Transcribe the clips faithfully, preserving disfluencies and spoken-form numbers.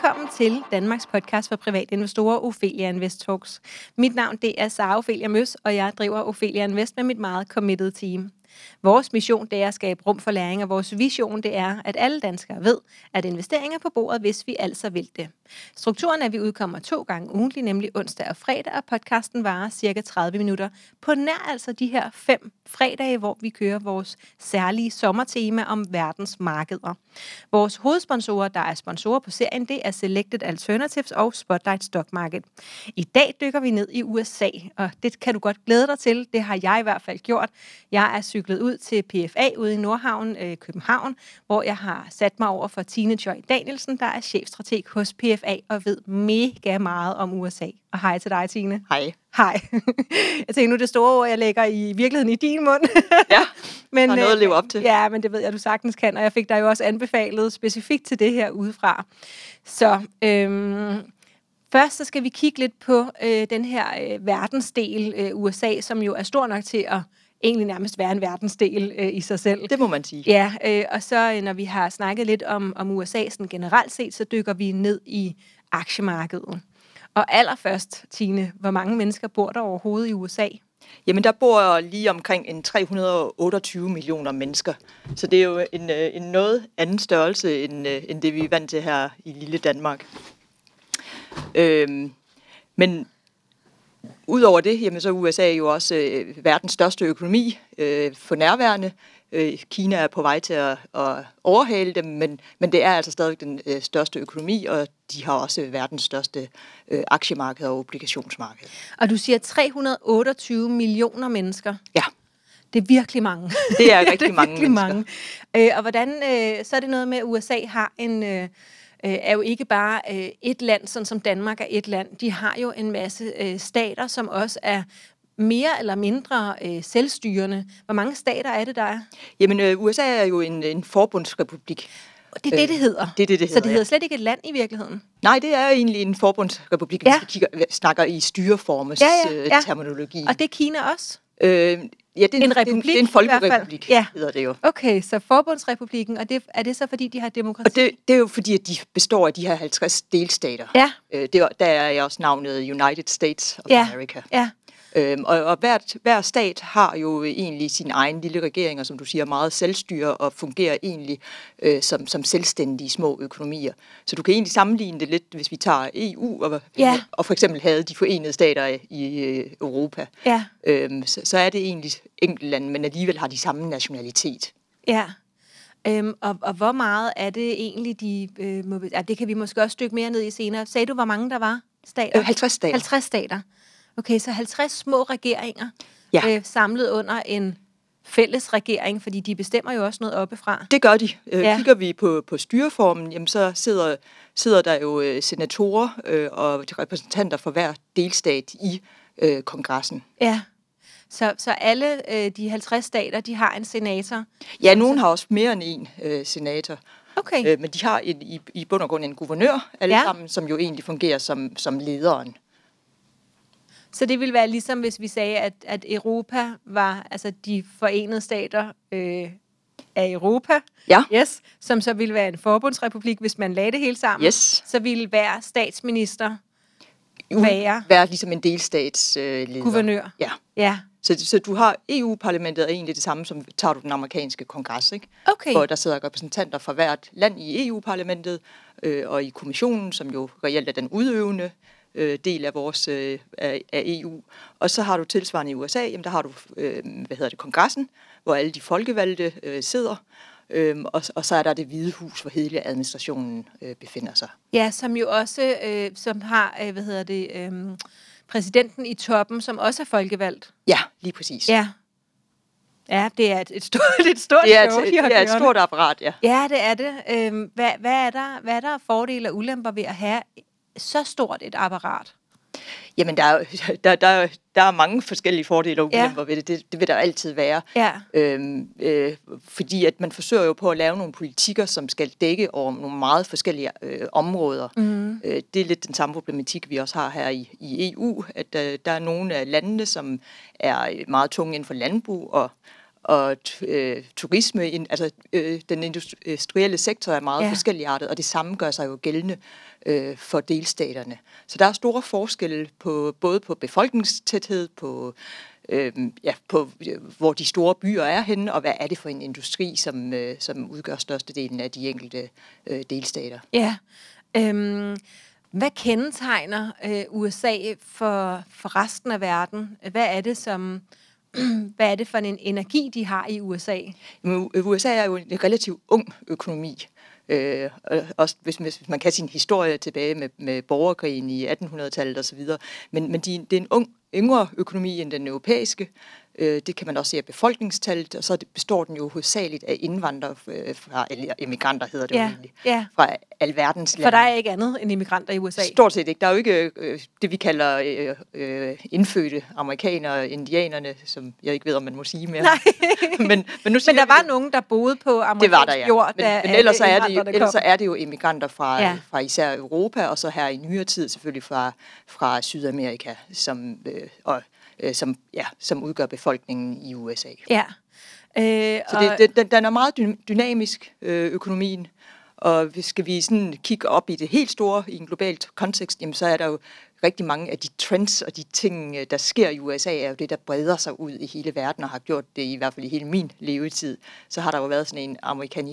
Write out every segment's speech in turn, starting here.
Velkommen til Danmarks podcast for private investorer, Ophelia Invest Talks. Mit navn det er Sara Ophelia Møs, og jeg driver Ophelia Invest med mit meget committed team. Vores mission det er at skabe rum for læring, og vores vision det er, at alle danskere ved, at investeringer er på bordet, hvis vi altså vil det. Strukturen er, at vi udkommer to gange ugentlig, nemlig onsdag og fredag, og podcasten varer cirka tredive minutter. På nær altså de her fem fredage, hvor vi kører vores særlige sommertema om verdens markeder. Vores hovedsponsorer, der er sponsorer på serien, det er Selected Alternatives og Spotlight Stock Market. I dag dykker vi ned i U S A, og det kan du godt glæde dig til. Det har jeg i hvert fald gjort. Jeg er cyklet ud til P F A ude i Nordhavn, øh, København, hvor jeg har sat mig over for Tine Joy Danielsen, der er chefstrateg hos P F A og ved mega meget om U S A. Og hej til dig, Tine. Hej. Hej. Jeg tænker nu det store ord, jeg lægger i virkeligheden i din mund. Ja, men, der er noget at leve op til. Ja, men det ved jeg, du sagtens kan, og jeg fik dig jo også anbefalet specifikt til det her udefra. Så øhm, først så skal vi kigge lidt på øh, den her øh, verdensdel øh, U S A, som jo er stor nok til at egentlig nærmest være en verdensdel øh, i sig selv. Det må man sige. Ja, øh, og så øh, når vi har snakket lidt om, om U S A sådan generelt set, så dykker vi ned i aktiemarkedet. Og allerførst, Tine, hvor mange mennesker bor der overhovedet i U S A? Jamen, der bor lige omkring en tre hundrede og otteogtyve millioner mennesker. Så det er jo en, en noget anden størrelse, end, end det vi er vant til her i lille Danmark. Øhm, men udover det, jamen, så er U S A jo også øh, verdens største økonomi øh, for nærværende. Øh, Kina er på vej til at, at overhale dem, men, men det er altså stadig den øh, største økonomi, og de har også verdens største øh, aktiemarked og obligationsmarked. Og du siger tre hundrede og otteogtyve millioner mennesker. Ja. Det er virkelig mange. Det er rigtig det er mange virkelig mennesker. Mange. Øh, og hvordan, øh, så er det noget med, at U S A har en... Øh, er jo ikke bare øh, et land, sådan som Danmark er et land. De har jo en masse øh, stater, som også er mere eller mindre øh, selvstyrende. Hvor mange stater er det, der er? Jamen, øh, U S A er jo en, en forbundsrepublik. Det er det, det hedder? Det er det, det hedder, Så det hedder ja. slet ikke et land i virkeligheden? Nej, det er egentlig en forbundsrepublik, Ja. hvis vi kigger, snakker i styreformes Ja, ja, ja. terminologi. Og det er Kina også? Øh, ja, det er en, en republik, det er en folkerepublik, ja. hedder det jo. Okay, så Forbundsrepublikken, og det, er det så fordi, de har demokrati? Og det, det er jo fordi, at de består af de her halvtreds delstater. Ja. Øh, det er, der er også navnet United States of Ja. America. Ja. Øhm, og og hvert, hver stat har jo egentlig sin egen lille regering, og som du siger, meget selvstyre og fungerer egentlig øh, som, som selvstændige små økonomier. Så du kan egentlig sammenligne det lidt, hvis vi tager E U og, Ja. og for eksempel havde de forenede stater i øh, Europa. Ja. Øhm, så, så er det egentlig enkeltlande, men alligevel har de samme nationalitet. Ja. Øhm, og, og hvor meget er det egentlig, de... Øh, må, ja, det kan vi måske også dykke mere ned i senere. Sagde du, hvor mange der var stater? Øh, halvtreds stater. halvtreds stater. Okay, så halvtreds små regeringer Ja. øh, samlet under en fælles regering, fordi de bestemmer jo også noget oppefra. Det gør de. Øh, Ja. Kigger vi på, på styreformen, jamen så sidder, sidder der jo øh, senatorer øh, og repræsentanter for hver delstat i øh, kongressen. Ja, så, så alle øh, de halvtreds stater, de har en senator. Ja, nogen har også mere end en øh, senator, Okay, øh, men de har en, i, i bund og grund en guvernør, alle Ja. ja. sammen, som jo egentlig fungerer som, som lederen. så det ville være ligesom, hvis vi sagde, at, at Europa var, altså de forenede stater øh, af Europa, Ja. yes, som så ville være en forbundsrepublik, hvis man lagde det hele sammen. Yes. Så ville hver statsminister U- være Være ligesom en delstats øh, leder. guvernør. Ja. Ja, Så, så du har E U-parlamentet er egentlig det samme, som tager du den amerikanske kongres, ikke? okay. Hvor der sidder repræsentanter fra hvert land i E U-parlamentet øh, og i kommissionen, som jo reelt er den udøvende øh, del af vores øh, af, af E U. Og så har du tilsvarende i U S A, jamen der har du øh, hvad hedder det, kongressen, hvor alle de folkevalgte øh, sidder. Øhm, og, og så er der det Hvide Hus, hvor hele administrationen øh, befinder sig. Ja, som jo også, øh, som har, øh, hvad hedder det, øh, præsidenten i toppen, som også er folkevalgt. Ja, lige præcis. Ja. Ja, det er et, et stort, et stort Det er show, et, de har det er et gjort. stort apparat, ja. Ja, det er det. Øhm, hvad, hvad, er der, hvad er der af fordele og ulemper ved at have så stort et apparat? Jamen, der er, jo- der, der, der er mange forskellige fordele og Ja. ulemper ved det. det. Det vil der altid være. Ja, Øhm, øh, fordi at man forsøger jo på at lave nogle politikker, som skal dække over nogle meget forskellige øh, områder. mm. Øh, det er lidt den samme problematik, vi også har her i, i E U, at øh, der er nogle af landene, som er meget tunge inden for landbrug og, og øh, turisme, in, altså øh, den industrielle sektor er meget ja. forskelligartet, og det samme gør sig jo gældende øh, for delstaterne. Så der er store forskelle på både på befolkningstæthed, på øh, ja, på hvor de store byer er henne, og hvad er det for en industri, som øh, som udgør størstedelen af de enkelte øh, delstater. Ja. Øhm, hvad kendetegner øh, U S A for for resten af verden? Hvad er det som Hvad er det for en energi, de har i U S A? U S A er jo en relativt ung økonomi. Øh, også hvis, hvis man kan sin historie tilbage med, med borgerkrigen i attenhundredetallet osv. Men, men de, det er en ung, yngre økonomi end den europæiske. Øh, det kan man også se af befolkningstallet, og så består den jo hovedsageligt af indvandrere fra, eller emigranter hedder det ja, jo egentlig, ja. fra alverdens lande. For der er ikke andet end immigranter i U S A? Stort set ikke. Der er jo ikke øh, det, vi kalder øh, øh, indfødte amerikanere, indianerne, som jeg ikke ved, om man må sige mere. Nej. men, men, nu men der var det. nogen, der boede på amerikansk ja. jord, men, da men ellers, er det jo, kom. ellers er det jo immigranter fra, ja. fra især Europa, og så her i nyere tid selvfølgelig fra, fra Sydamerika, som, øh, og, øh, som, ja, som udgør befolkningen i U S A. Ja. Øh, så det, det, den, den er meget dynamisk, øh, økonomien. Og hvis skal vi sådan kigge op i det helt store, i en globalt kontekst, jamen så er der jo rigtig mange af de trends og de ting, der sker i U S A, er jo det, der breder sig ud i hele verden, og har gjort det i hvert fald i hele min levetid. Så har der jo været sådan en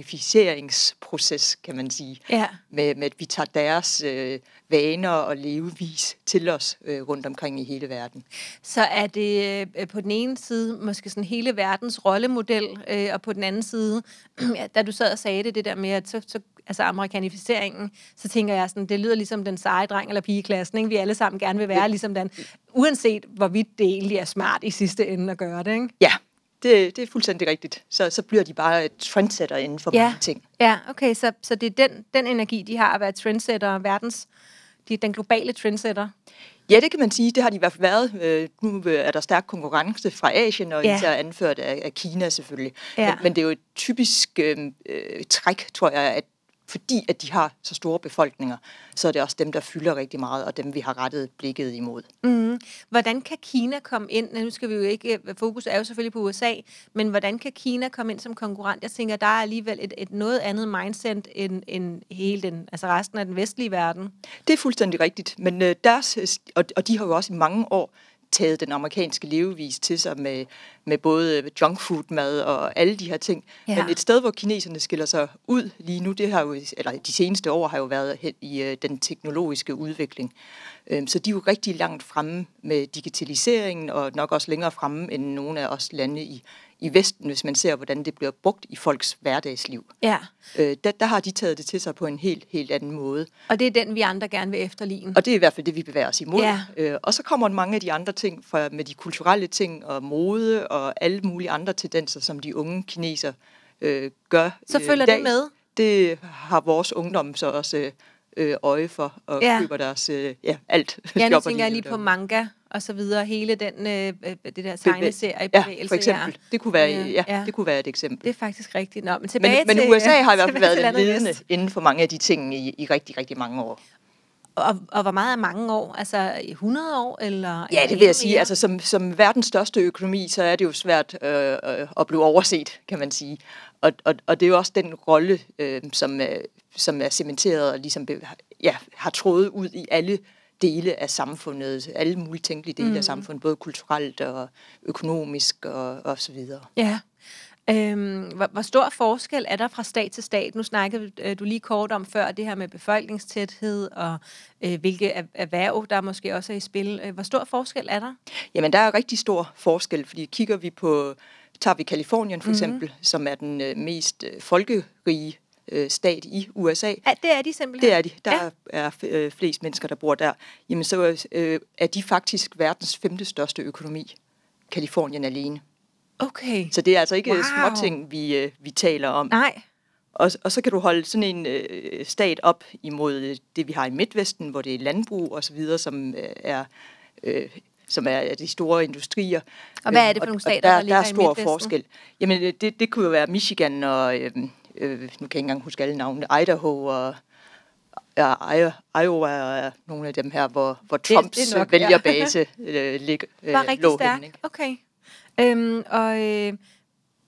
amerikanificeringsproces, kan man sige, ja. med, med at vi tager deres øh, vaner og levevis til os øh, rundt omkring i hele verden. Så er det øh, på den ene side måske sådan hele verdens rollemodel, øh, og på den anden side, ja, da du sad og sagde det, det der med, at så, så altså amerikanificeringen, så tænker jeg sådan, det lyder ligesom den seje dreng eller pige i klassen, ikke? Vi alle sammen gerne vil være ligesom den, uanset hvorvidt det egentlig er smart i sidste ende at gøre det, ikke? Ja, det, det er fuldstændig rigtigt. Så, så bliver de bare trendsetter inden for ja. mange ting. Ja, okay, så, så det er den, den energi, de har at være trendsetter, verdens, de, den globale trendsetter. Ja, det kan man sige. Det har de i hvert fald været. Nu er der stærk konkurrence fra Asien, og ja. især anført af, af Kina selvfølgelig. Ja. Men, men det er jo et typisk øh, træk, tror jeg, at fordi at de har så store befolkninger, så er det også dem, der fylder rigtig meget, og dem, vi har rettet blikket imod. Mm. Hvordan kan Kina komme ind? Nu skal vi jo ikke, fokus er jo selvfølgelig på U S A, men hvordan kan Kina komme ind som konkurrent? Jeg tænker, der er alligevel et, et noget andet mindset end, end hele den, altså resten af den vestlige verden. Det er fuldstændig rigtigt, men øh, deres, og, og de har jo også i mange år taget den amerikanske levevis til sig med, med både junkfood-mad og alle de her ting. Ja. Men et sted, hvor kineserne skiller sig ud lige nu, det har jo, eller de seneste år har jo været hen i uh, den teknologiske udvikling. Um, så de er jo rigtig langt fremme med digitaliseringen, og nok også længere fremme end nogle af os lande i, i Vesten, hvis man ser, hvordan det bliver brugt i folks hverdagsliv. Ja. Uh, der, der har de taget det til sig på en helt, helt anden måde. Og det er den, vi andre gerne vil efterligne. Og det er i hvert fald det, vi bevæger os imod. Ja. Uh, og så kommer mange af de andre ting fra, med de kulturelle ting og mode og alle mulige andre tendenser, som de unge kineser øh, gør. Så følger det med? Det har vores ungdom så også øh, øje for, og ja. køber deres øh, ja, alt. Ja, nu tænker jeg lige på manga og så videre, hele den, øh, det der tegneserie i bevægelse. Ja, for eksempel. Ja. Det, kunne være, ja, ja. det kunne være et eksempel. Det er faktisk rigtigt. Nå, men tilbage men, til, men U S A har i hvert fald været den ledende vest. inden for mange af de ting i, i rigtig, rigtig mange år. Og, og hvor meget er mange år? Altså hundrede år? Eller, ja, det vil jeg sige. Altså, som, som verdens største økonomi, så er det jo svært øh, øh, at blive overset, kan man sige. Og, og, og det er jo også den rolle, øh, som, øh, som er cementeret og ligesom, ja, har trådet ud i alle dele af samfundet, alle mulige tænkelige dele mm. af samfundet, både kulturelt og økonomisk og, og så videre. Ja. Øhm, hvor, hvor stor forskel er der fra stat til stat? Nu snakkede øh, du lige kort om før det her med befolkningstæthed og øh, hvilke erhverv, der måske også er i spil. Øh, hvor stor forskel er der? Jamen, der er rigtig stor forskel, fordi kigger vi på, tager vi Californien for mm-hmm. eksempel, som er den øh, mest øh, folkerige øh, stat i U S A. Ja, det er de simpelthen. Det er de. Der ja. er øh, flest mennesker, der bor der. Jamen, så øh, er de faktisk verdens femte største økonomi. Californien alene. Okay. Så det er altså ikke wow. småting, vi, øh, vi taler om. Nej. Og, og så kan du holde sådan en øh, stat op imod det, vi har i Midtvesten, hvor det er landbrug og så videre, som øh, er... Øh, som er de store industrier. Og hvad er det for nogle stater, der, der ligger der er stor i Midtvesten? forskel. Jamen, det, det kunne jo være Michigan og, øh, øh, nu kan jeg ikke engang huske alle navnene, Idaho og ja, Iowa er nogle af dem her, hvor, hvor Trumps det, det nok, vælgerbase ja. øh, lig, øh, var rigtig lå stærk. henne. Ikke? Okay. Øhm, og øh,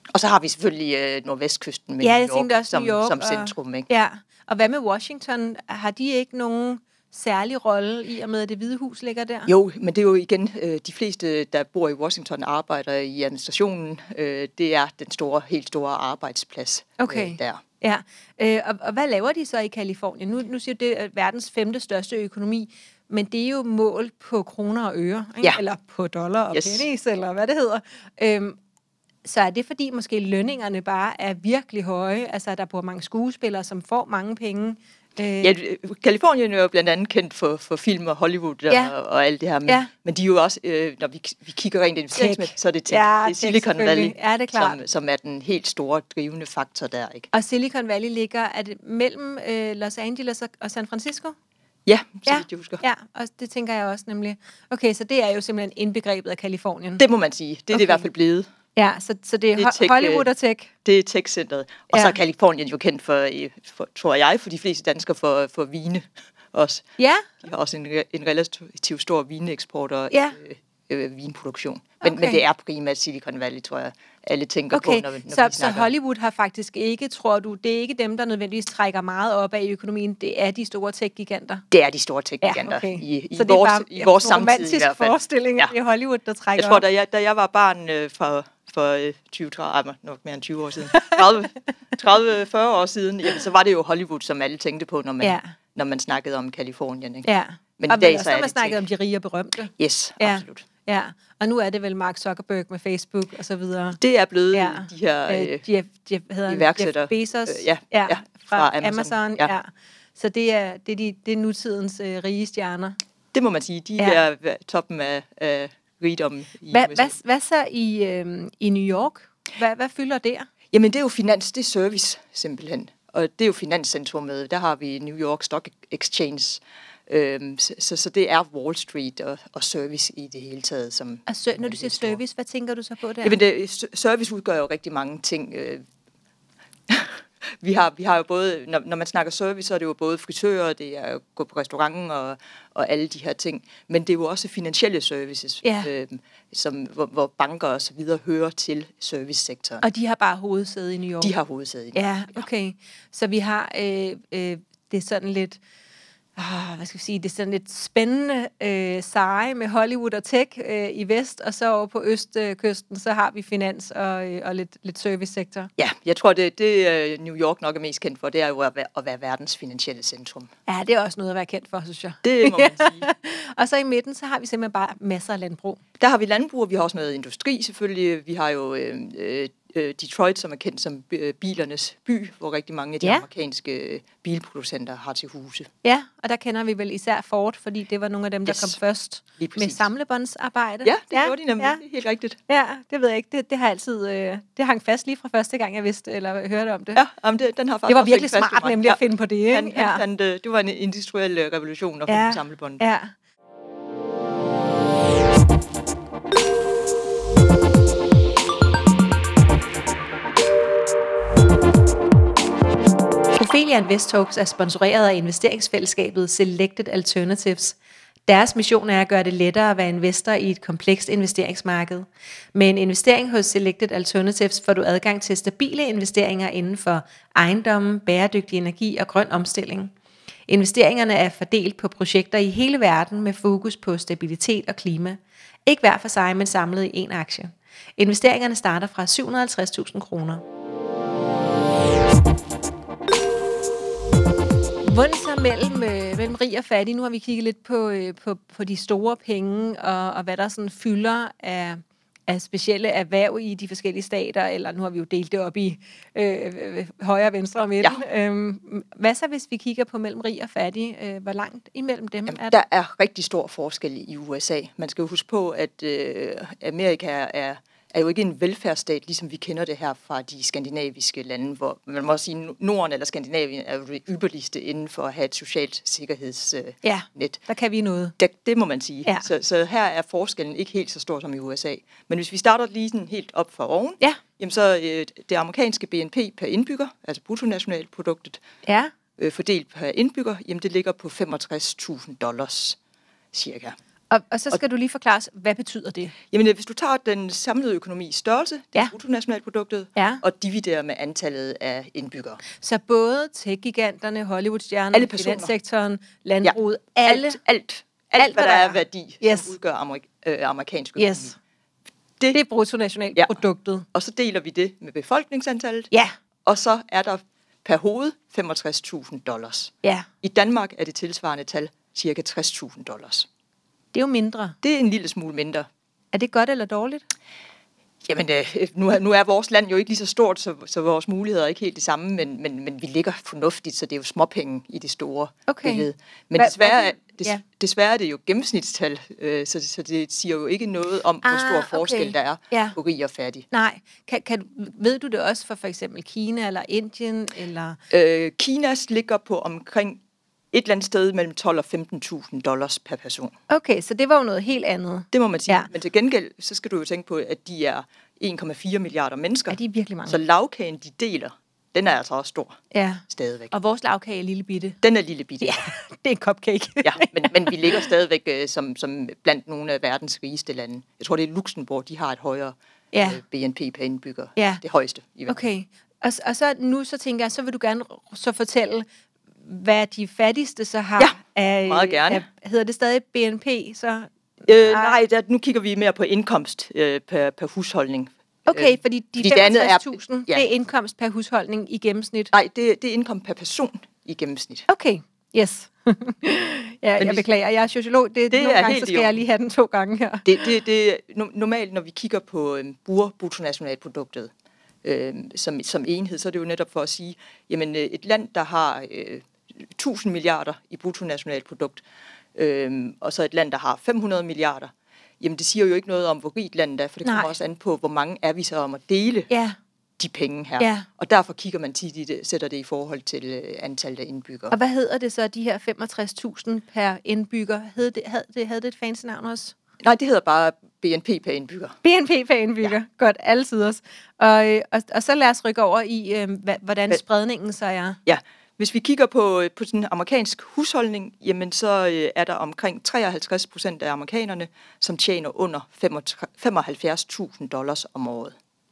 Og så har vi selvfølgelig øh, nordvestkysten med ja, New York også som, New York som og, centrum. Ikke? Ja, og hvad med Washington? Har de ikke nogen særlig rolle i og med, at Det Hvide Hus ligger der? Jo, men det er jo igen, øh, de fleste, der bor i Washington, arbejder i administrationen. Øh, det er den store, helt store arbejdsplads okay. øh, der. Ja, øh, og, og hvad laver de så i Kalifornien? Nu, nu siger du, det er verdens femte største økonomi, men det er jo målt på kroner og øre, ikke? Ja. Eller på dollar og Yes. pennies, eller hvad det hedder. Øhm, så er det fordi måske lønningerne bare er virkelig høje, altså der bor mange skuespillere, som får mange penge. Øh, Ja, Kalifornien er jo blandt andet kendt for, for film og Hollywood og, ja. og alt det her, men, ja. men de er jo også, øh, når vi, vi kigger rent investeringsmæssigt, så er det tech. Ja, det er Silicon Valley, ja, det er som, som er den helt store drivende faktor der. Ikke? Og Silicon Valley ligger, er det mellem øh, Los Angeles og, og San Francisco? Ja, så ja, vidt jeg husker. Ja, og det tænker jeg også nemlig. Okay, så det er jo simpelthen indbegrebet af Kalifornien. Det må man sige. Det er okay. Det i hvert fald blevet. Ja, så, så det er, det er tech, Hollywood og tech. Det er tech-centret. Og ja. så er Kalifornien jo kendt for, for, tror jeg, for de fleste danskere for, for vine også. Ja. De har også en, en relativt stor vineksport og ja. øh, øh, vinproduktion. Men, okay. men det er primært Silicon Valley, tror jeg, alle tænker okay. på, når, når så, vi snakker. Så Hollywood har faktisk ikke, tror du, det er ikke dem, der nødvendigvis trækker meget op af økonomien, det er de store tech-giganter? Det er de store tech-giganter ja, okay. i, i så vores, bare, i vores samtid i hvert fald. romantisk forestilling, ja. det er Hollywood, der trækker jeg tror, op. Da jeg, da jeg var barn øh, for, for øh, tyve tredive, nok mere end tyve år siden, tredive fyrre år siden, jamen, så var det jo Hollywood, som alle tænkte på, når man, ja. når man snakkede om Kalifornien. Ikke? Ja. Men og i dag, også, så når er man det snakkede om de rige og berømte. Yes, ja. absolut. Ja, og nu er det vel Mark Zuckerberg med Facebook og så videre. Det er blevet ja. de her øh, Jeff, Jeff, hedder iværksætter. Jeff Bezos øh, ja, ja, ja, fra, fra Amazon. Amazon ja. Ja. Så det er, det er, de, det er nutidens øh, rige stjerner. Det må man sige. De ja. er toppen af, af rigdom i Hva, U S A. Hvad, hvad så i, øh, i New York? Hvad, hvad fylder der? Jamen det er jo finans, det er service simpelthen. Og det er jo finanscentrumet. Der har vi New York Stock Exchange. Øhm, så, så, så det er Wall Street og, og service i det hele taget. Som og sø, når du siger service, hvad tænker du så på der? Jamen det, service udgør jo rigtig mange ting. vi, har, vi har jo både, når, når man snakker service, så er det jo både frisører, det er at gå på restauranten og, og alle de her ting. Men det er jo også finansielle services, ja. øhm, som, hvor, hvor banker og så videre hører til servicesektoren. Og de har bare hovedsæde i New York? De har hovedsæde i New York. Ja, okay. Så vi har, øh, øh, det er sådan lidt... Oh, hvad skal vi sige, det er sådan lidt spændende øh, seje med Hollywood og tech øh, i vest, og så over på østkysten, øh, så har vi finans og, øh, og lidt, lidt servicesektor. Ja, jeg tror, det, det New York nok er mest kendt for, det er jo at være, at være verdens finansielle centrum. Ja, det er også noget at være kendt for, synes jeg. Det må man sige. Og så i midten, så har vi simpelthen bare masser af landbrug. Der har vi landbrug, og vi har også noget industri selvfølgelig. Vi har jo øh, øh, Detroit, som er kendt som bilernes by, hvor rigtig mange af de ja. amerikanske bilproducenter har til huse. Ja, og der kender vi vel især Ford, fordi det var nogle af dem, der yes. kom først med samlebåndsarbejde. Ja, det ja. gjorde de nemlig. Ja. Det er helt rigtigt. Ja, det ved jeg ikke. Det, det har altid øh, det hang fast lige fra første gang, jeg vidste eller hørte om det. Ja, jamen det, den har faktisk det var virkelig smart nemlig ja. at finde på det. Ikke? Han, han, han, det var en industriel revolution at finde ja. samlebånd. Ja. Ophelia Invest Talks er sponsoreret af investeringsfællesskabet Selected Alternatives. Deres mission er at gøre det lettere at være investor i et komplekst investeringsmarked. Med en investering hos Selected Alternatives får du adgang til stabile investeringer inden for ejendomme, bæredygtig energi og grøn omstilling. Investeringerne er fordelt på projekter i hele verden med fokus på stabilitet og klima. Ikke hver for sig, men samlet i en aktie. Investeringerne starter fra syv hundrede og halvtreds tusind kroner. Hvordan så mellem, øh, mellem rig og fattig? Nu har vi kigget lidt på, øh, på, på de store penge, og, og hvad der sådan fylder af, af specielle erhverv i de forskellige stater, eller nu har vi jo delt det op i øh, højre, venstre og midten. Ja. Øhm, hvad så, hvis vi kigger på mellem rig og fattig? Øh, hvor langt imellem dem Jamen, er der? Der er rigtig stor forskel i U S A. Man skal jo huske på, at øh, Amerika er... er jo ikke en velfærdsstat, ligesom vi kender det her fra de skandinaviske lande, hvor man må sige, Norden eller Skandinavien er jo det ypperligste inden for at have et socialt sikkerhedsnet. Øh, ja, der kan vi noget. Det, det må man sige. Ja. Så, så her er forskellen ikke helt så stor som i U S A. Men hvis vi starter lige sådan helt op fra oven, ja. jamen så øh, det amerikanske B N P per indbygger, altså bruttonationalproduktet, ja. øh, fordelt per indbygger, jamen det ligger på femogtres tusind dollars cirka. Og, og så skal og, du lige forklare os, hvad betyder det? Jamen, hvis du tager den samlede økonomis størrelse, det ja. er bruttonationalproduktet, ja. og dividerer med antallet af indbyggere. Så både tech-giganterne, Hollywood-stjernerne, finanssektoren, landbruget, ja. alle... Alt, alt, alt, alt hvad der er værdi, yes. som udgør amerik- øh, amerikansk økonomi. Yes. Det, det er bruttonationalproduktet. Ja. Og så deler vi det med befolkningsantallet. Ja. Og så er der per hoved femogtres tusind dollars. Ja. I Danmark er det tilsvarende tal cirka tres tusind dollars. Det er jo mindre. Det er en lille smule mindre. Er det godt eller dårligt? Jamen, øh, nu, er, nu er vores land jo ikke lige så stort, så, så vores muligheder er ikke helt de samme, men, men, men vi ligger fornuftigt, så det er jo småpenge i det store okay. billede. Men Hva, desværre, des, ja. desværre er det jo gennemsnitstal, øh, så, så det siger jo ikke noget om, ah, hvor stor forskel okay. der er ja. på rig og fattig. Nej. Kan, kan, ved du det også for for eksempel Kina eller Indien? Eller? Øh, Kinas ligger på omkring et eller andet sted mellem tolv og femten tusind dollars per person. Okay, så det var jo noget helt andet. Det må man sige. Ja. Men til gengæld, så skal du jo tænke på, at de er en komma fire milliarder mennesker. Ja, de er virkelig mange. Så lavkagen, de deler, den er altså også stor. Ja. Stadigvæk. Og vores lavkage er lille bitte. Den er lille bitte. Ja, det er en cupcake. ja, men, men vi ligger stadigvæk øh, som, som blandt nogle af verdens rigeste lande. Jeg tror, det er Luxembourg, de har et højere ja. øh, B N P per indbygger. Ja. Det højeste i verden. Okay. Og, og så nu så tænker jeg, så vil du gerne så fortælle, hvad de fattigste så har. Ja, af, meget gerne. Af, hedder det stadig B N P? Så? Øh, nej, der, nu kigger vi mere på indkomst øh, per, per husholdning. Okay, fordi de fordi femogtres tusind, ja. det er indkomst per husholdning i gennemsnit? Nej, det, det er indkomst per person i gennemsnit. Okay, yes. ja, jeg beklager, jeg er sociolog. Det, det nogle er gange, så skal jeg lige have den to gange her. Det, det, det normalt, når vi kigger på øh, bruger bruttonationalproduktet øh, som, som enhed, så er det jo netop for at sige, jamen øh, et land, der har øh, tusind milliarder i bruttonationalprodukt, øh, og så et land, der har fem hundrede milliarder, jamen det siger jo ikke noget om, hvor rigt landet er, for det kommer Nej. også an på, hvor mange er vi så om at dele ja. de penge her. Ja. Og derfor kigger man tit i det, sætter det i forhold til øh, antallet af indbyggere. Og hvad hedder det så, de her femogtres tusind per indbygger? Havde det, havde det, havde det et fancy navn også? Nej, det hedder bare B N P per indbygger. B N P per indbygger. Ja. Godt, alle siders. Og, og, og så lad os rykke over i, øh, hvordan Hva? spredningen så er. Ja. Hvis vi kigger på, på sådan en amerikansk husholdning, jamen så øh, er der omkring treoghalvtreds procent af amerikanerne, som tjener under femoghalvfjerds tusind dollars om året.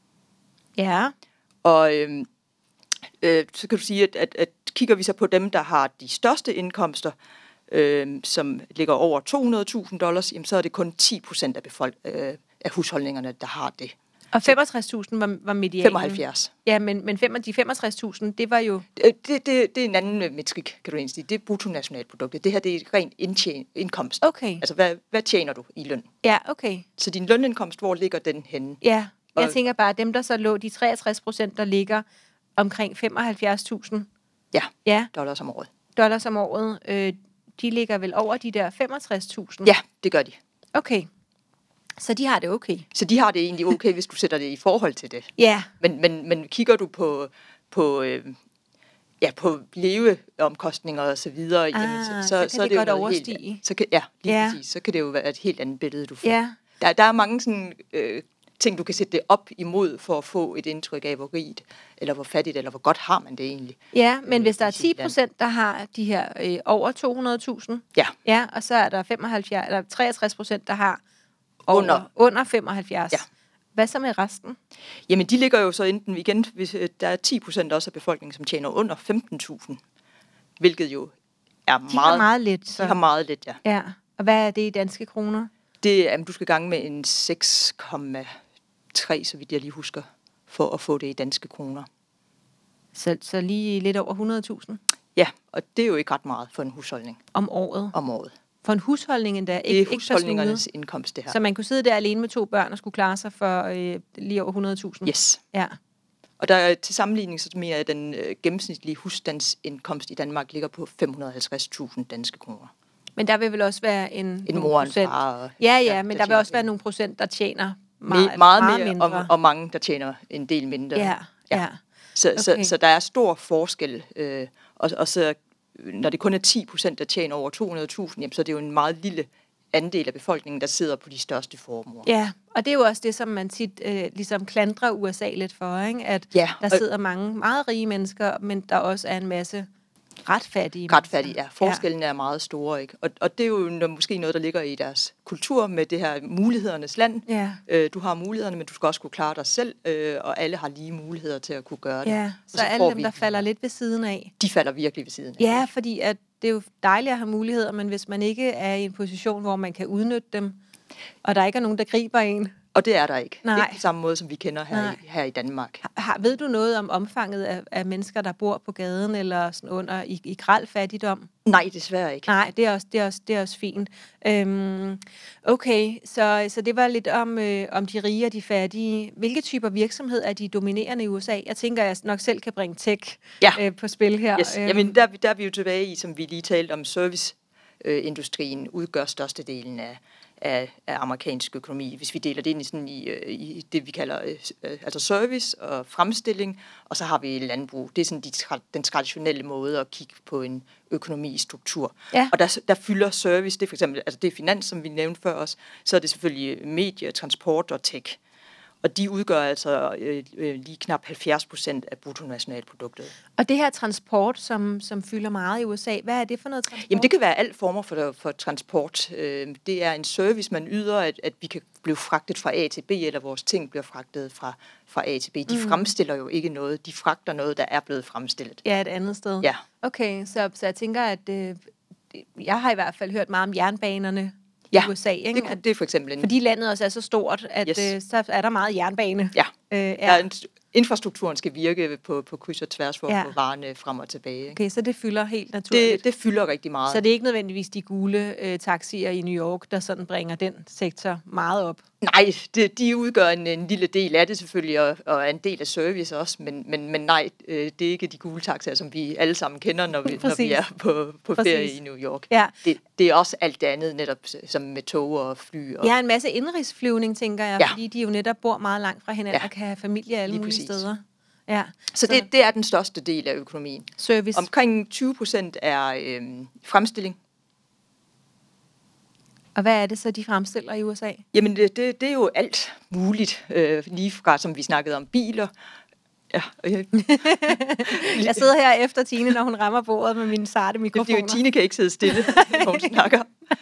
Ja. Og øh, øh, så kan du sige, at, at, at kigger vi så på dem, der har de største indkomster, øh, som ligger over to hundrede tusind dollars, jamen så er det kun ti procent af, befolk- øh, af husholdningerne, der har det. Og femogtres tusind var, var medianen? femoghalvfjerds. Ja, men, men fem, de femogtres tusind, det var jo... Det, det, det er en anden metrik, kan du egentlig sige. Det er bruttonationalproduktet. Det her, det er rent indtjen- indkomst. Okay. Altså, hvad, hvad tjener du i løn? Ja, okay. Så din lønindkomst, hvor ligger den henne? Ja, jeg og, tænker bare, at dem, der så lå, de treogtres procent, der ligger omkring femoghalvfjerds tusind ja, ja, dollars om året. Dollars om året, øh, de ligger vel over de der femogtres tusind? Ja, det gør de. Okay. Så de har det okay? Så de har det egentlig okay, hvis du sætter det i forhold til det. Ja. Men, men, men kigger du på, på, øh, ja, på leveomkostninger og så videre, ah, jamen, så, så, så kan så er det, det godt jo noget overstige. Helt, så kan, ja, lige ja. præcis. Så kan det jo være et helt andet billede, du får. Ja. Der, der er mange sådan, øh, ting, du kan sætte det op imod, for at få et indtryk af, hvor rigt, eller hvor fattigt, eller hvor godt har man det egentlig. Ja, men øh, hvis der er ti procent, der har de her øh, over to hundrede tusind, ja. ja, og så er der femoghalvfjerds, eller treogtres procent, der har over, under, under femoghalvfjerds. Ja. Hvad så med resten? Jamen, de ligger jo så enten igen, hvis der er ti procent også af befolkningen, som tjener under femten tusind, hvilket jo er de meget... De har meget lidt, så. De har meget lidt, ja. Ja, og hvad er det i danske kroner? Det er, du skal gange med en seks komma tre, så vidt jeg lige husker, for at få det i danske kroner. Så, så lige lidt over hundrede tusind? Ja, og det er jo ikke ret meget for en husholdning. Om året? Om året. For en husholdning endda? Ikke, det er husholdningernes ikke indkomst, det her. Så man kunne sidde der alene med to børn og skulle klare sig for øh, lige over hundrede tusind? Yes. Ja. Og der er til sammenligning, så mener jeg, at den øh, gennemsnitlige husstandsindkomst i Danmark ligger på fem hundrede og halvtreds tusind danske kroner. Men der vil vel også være en, en mor, en procent. Far, og, ja, ja, men der, der vil også være nogle procent, der tjener meget, Me, meget, meget mere, mindre. og, og mange, der tjener en del mindre. Ja, ja. ja. Så, okay. så, så der er stor forskel. Øh, og, og så, når det kun er ti procent, der tjener over to hundrede tusind, jamen, så er det jo en meget lille andel af befolkningen, der sidder på de største formuer. Ja, og det er jo også det, som man tit øh, ligesom klandrer U S A lidt for, ikke? At ja, der sidder mange meget rige mennesker, men der også er en masse ret fattige. Ret fattige, ja. Forskellen ja. er meget store, ikke? Og, og det er jo no, måske noget, der ligger i deres kultur med det her mulighedernes land. Ja. Øh, du har mulighederne, men du skal også kunne klare dig selv, øh, og alle har lige muligheder til at kunne gøre det. Ja, så, så alle dem, vi, der falder lidt ved siden af. De falder virkelig ved siden af. Ja, fordi at det er jo dejligt at have muligheder, men hvis man ikke er i en position, hvor man kan udnytte dem, og der ikke er nogen, der griber en. Og det er der ikke. Nej. Ikke på samme måde, som vi kender her, i, her i Danmark. Har, ved du noget om omfanget af, af mennesker, der bor på gaden eller sådan under i, i grel fattigdom? Nej, desværre ikke. Nej, det er også, det er også, det er også fint. Øhm, okay, så, så det var lidt om, øh, om de rige og de fattige. Hvilke typer virksomhed er de dominerende i U S A? Jeg tænker, at jeg nok selv kan bringe tech ja. øh, på spil her. Yes. Øhm. Jamen, der, der er vi jo tilbage i, som vi lige talte om, serviceindustrien udgør størstedelen af Af, af amerikansk økonomi, hvis vi deler det ind i, sådan i, i det, vi kalder øh, altså service og fremstilling, og så har vi landbrug. Det er sådan de, den traditionelle måde at kigge på en økonomistruktur. Ja. Og der, der fylder service, det er for eksempel, altså det er finans, som vi nævnte før os, så er det selvfølgelig medie, transport og tech. Og de udgør altså øh, lige knap halvfjerds procent af bruttonationalproduktet. Og det her transport, som, som fylder meget i U S A, hvad er det for noget transport? Jamen det kan være alt former for, for transport. Øh, det er en service, man yder, at, at vi kan blive fragtet fra A til B, eller vores ting bliver fragtet fra, fra A til B. De mm. fremstiller jo ikke noget, de fragter noget, der er blevet fremstillet. Ja, et andet sted. Ja. Okay, så, så jeg tænker, at øh, jeg har i hvert fald hørt meget om jernbanerne. Ja, U S A, ikke? Det, det er for eksempel en... Fordi landet også er så stort, at yes. øh, så er der meget jernbane. Ja, øh, ja. Der er en, infrastrukturen skal virke på, på kryds og tværs for ja. at få varerne frem og tilbage. Ikke? Okay, så det fylder helt naturligt. Det, det fylder rigtig meget. Så det er ikke nødvendigvis de gule øh, taxier i New York, der sådan bringer den sektor meget op? Nej, det, de udgør en, en lille del af det selvfølgelig, og, og en del af service også, men, men, men nej, øh, det er ikke de gule taxier, som vi alle sammen kender, når vi, når vi er på, på ferie i New York. Ja. Det, det er også alt det andet, netop som med tog og fly. Og... Jeg har en masse indrigsflyvning, tænker jeg, ja. fordi de jo netop bor meget langt fra hinanden ja. og kan have familie alle Lige mulige præcis. steder. Ja. Så, så det, det er den største del af økonomien. Service. Omkring tyve procent er øh, fremstilling. Og hvad er det så, de fremstiller i U S A? Jamen, det, det, det er jo alt muligt. Øh, lige fra, som vi snakkede om, biler. Ja. Jeg sidder her efter Tine, når hun rammer bordet med mine sarte mikrofoner. Det er jo, Tine kan ikke sidde stille, når hun snakker.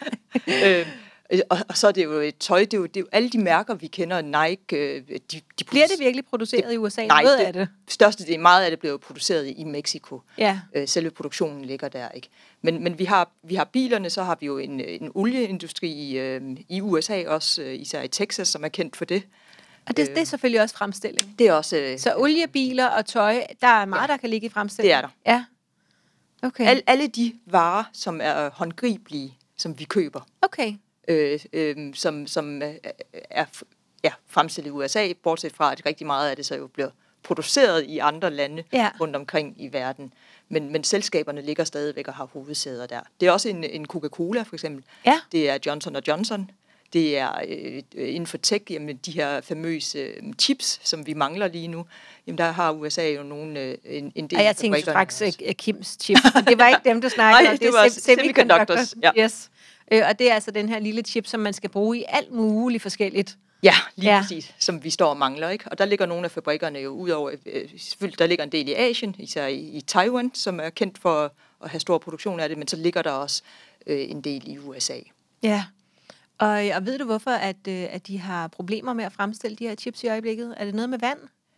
øh, og, og så er det jo et tøj, det er jo, det er jo alle de mærker, vi kender, Nike. De, de Bliver det virkelig produceret det, i U S A? Nej, noget det, af det. Største del, meget af det bliver produceret i Mexico. Ja. Øh, selve produktionen ligger der, ikke? Men, men vi, har, vi har bilerne, så har vi jo en, en olieindustri i, øh, i U S A, også øh, især i Texas, som er kendt for det. Og det, det er selvfølgelig også fremstilling? Det er også... Øh, så oliebiler og tøj, der er meget, ja. der kan ligge i fremstilling? Det er der. Ja. Okay. Al, alle de varer, som er håndgribelige, som vi køber. Okay. Øh, øh, som, som er ja, fremstillet i U S A, bortset fra, at rigtig meget af det så jo bliver produceret i andre lande ja. rundt omkring i verden. Men, men selskaberne ligger stadigvæk og har hovedsæder der. Det er også en, en Coca-Cola for eksempel. Ja. Det er Johnson og Johnson. Det er øh, inden for tech, jamen, de her famøse øh, chips, som vi mangler lige nu. Jamen, der har U S A jo nogle, øh, en, en del af jeg tænkte straks uh, Kims chips, men det var ikke dem, du snakkede om. Det, det var semiconductors. Ja. Yes. Øh, og det er altså den her lille chip, som man skal bruge i alt muligt forskelligt. Ja, lige ja. præcis, som vi står og mangler, ikke? Og der ligger nogle af fabrikkerne jo udover, øh, selvfølgelig der ligger en del i Asien, især i, i Taiwan, som er kendt for at have stor produktion af det, men så ligger der også øh, en del i U S A. Ja, og, og ved du hvorfor, at, øh, at de har problemer med at fremstille de her chips i øjeblikket? Er det noget med vand?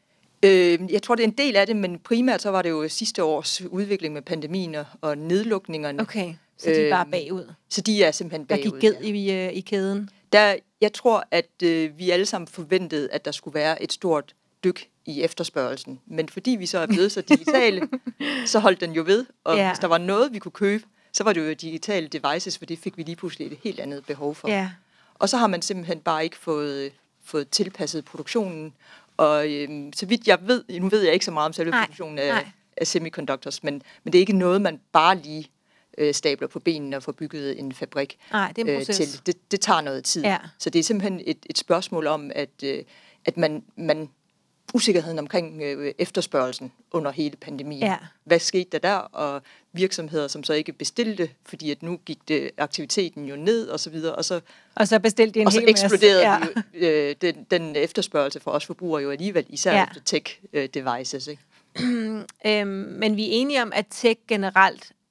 Øh, jeg tror, det er en del af det, men primært så var det jo sidste års udvikling med pandemien og nedlukningerne. Okay, så de er bare bagud? Så de er simpelthen bagud. Der gik ged ja. i, i kæden? Der, jeg tror, at øh, vi alle sammen forventede, at der skulle være et stort dyk i efterspørgelsen. Men fordi vi så er blevet så digitale, så holdt den jo ved. Og ja. hvis der var noget, vi kunne købe, så var det jo digitale devices, for det fik vi lige pludselig et helt andet behov for. Ja. Og så har man simpelthen bare ikke fået, fået tilpasset produktionen. Og øh, så vidt jeg ved, nu ved jeg ikke så meget om selve nej, produktionen af, af semiconductors, men, men det er ikke noget, man bare lige øh, stabler på benene og får bygget en fabrik. Nej, det er en proces. Øh, til. Det, det tager noget tid. Ja. Så det er simpelthen et, et spørgsmål om, at, øh, at man, man usikkerheden omkring øh, efterspørgelsen under hele pandemien. Ja. Hvad skete der der? Og virksomheder, som så ikke bestilte, fordi at nu gik det, aktiviteten jo ned, og så videre. Og så, og så bestilte de en og hel masse. Og så eksploderede ja. jo, øh, den, den efterspørgsel for os forbrugere jo alligevel, især ja. efter tech-devices. Ikke? øhm, men vi er enige om, at tech generelt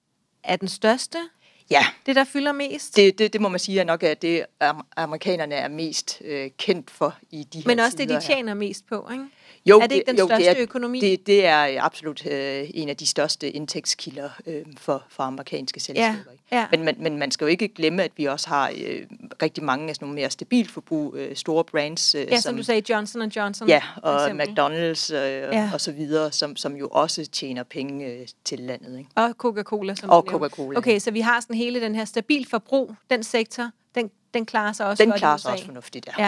er den største? Ja. Det, der fylder mest? Det, det, det må man sige er nok, at det amerikanerne er mest øh, kendt for i de her Men også det, de her. tjener mest på, ikke? Jo, er det ikke den jo, største det er, økonomi? Det, det er absolut øh, en af de største indtægtskilder øh, for, for amerikanske selskaber. Ja, ja. Men, men, men man skal jo ikke glemme, at vi også har øh, rigtig mange af sådan nogle mere stabilt forbrug, øh, store brands. Øh, ja, som, som du sagde, Johnson and Johnson. Ja, og McDonald's øh, ja. og så videre, som, som jo også tjener penge øh, til landet. Ikke? Og Coca-Cola, som og du nævnte. Coca-Cola. Okay, så vi har sådan hele den her stabil forbrug, den sektor, den, den klarer sig også den godt i U S A. Den klarer sig også fornuftigt, ja. ja.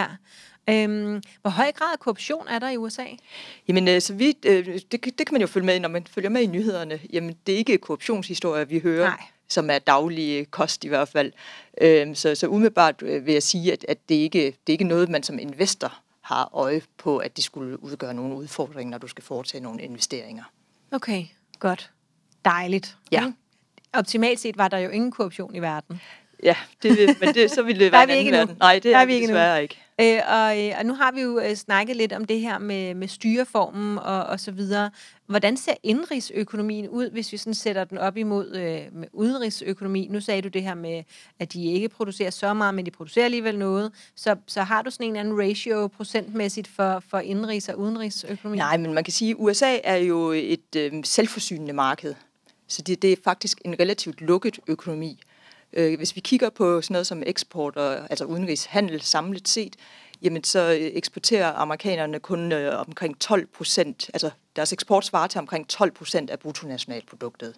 Øhm, hvor høj grad af korruption er der i U S A? Jamen, øh, så vidt, øh, det, det kan man jo følge med, når man følger med i nyhederne. Jamen, det er ikke korruptionshistorier, vi hører, Nej. som er daglige kost i hvert fald. Øhm, så, så umiddelbart øh, vil jeg sige, at, at det, ikke, det er ikke noget, man som investor har øje på, at det skulle udgøre nogle udfordringer, når du skal foretage nogle investeringer. Okay, godt. Dejligt. Ja. Mm. Optimalt set var der jo ingen korruption i verden. Ja, det, men det, så ville det være en anden verden. Nej, det er, er vi ikke desværre nu. ikke. Øh, og, øh, og nu har vi jo øh, snakket lidt om det her med, med styreformen og, og så videre. Hvordan ser indrigsøkonomien ud, hvis vi sådan sætter den op imod øh, med udenrigsøkonomi? Nu sagde du det her med, at de ikke producerer så meget, men de producerer alligevel noget. Så, så har du sådan en eller anden ratio procentmæssigt for, for indrigs- og udenrigsøkonomi? Nej, men man kan sige, at U S A er jo et øh, selvforsynende marked. Så det, det er faktisk en relativt lukket økonomi. Hvis vi kigger på sådan noget som eksport og altså udenrigshandel samlet set, jamen så eksporterer amerikanerne kun øh, omkring tolv procent, altså deres eksport svarer til omkring tolv procent af bruttonationalproduktet.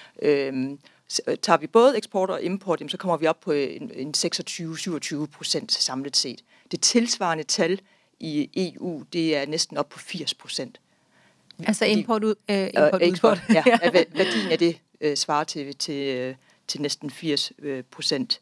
Øhm, tager vi både eksport og import, jamen, så kommer vi op på en, en seksogtyve til syvogtyve procent samlet set. Det tilsvarende tal i E U, det er næsten op på firs procent. Altså import, ud, øh, import, øh, eksport, ja, værdien af det øh, svarer til, til øh, til næsten firs procent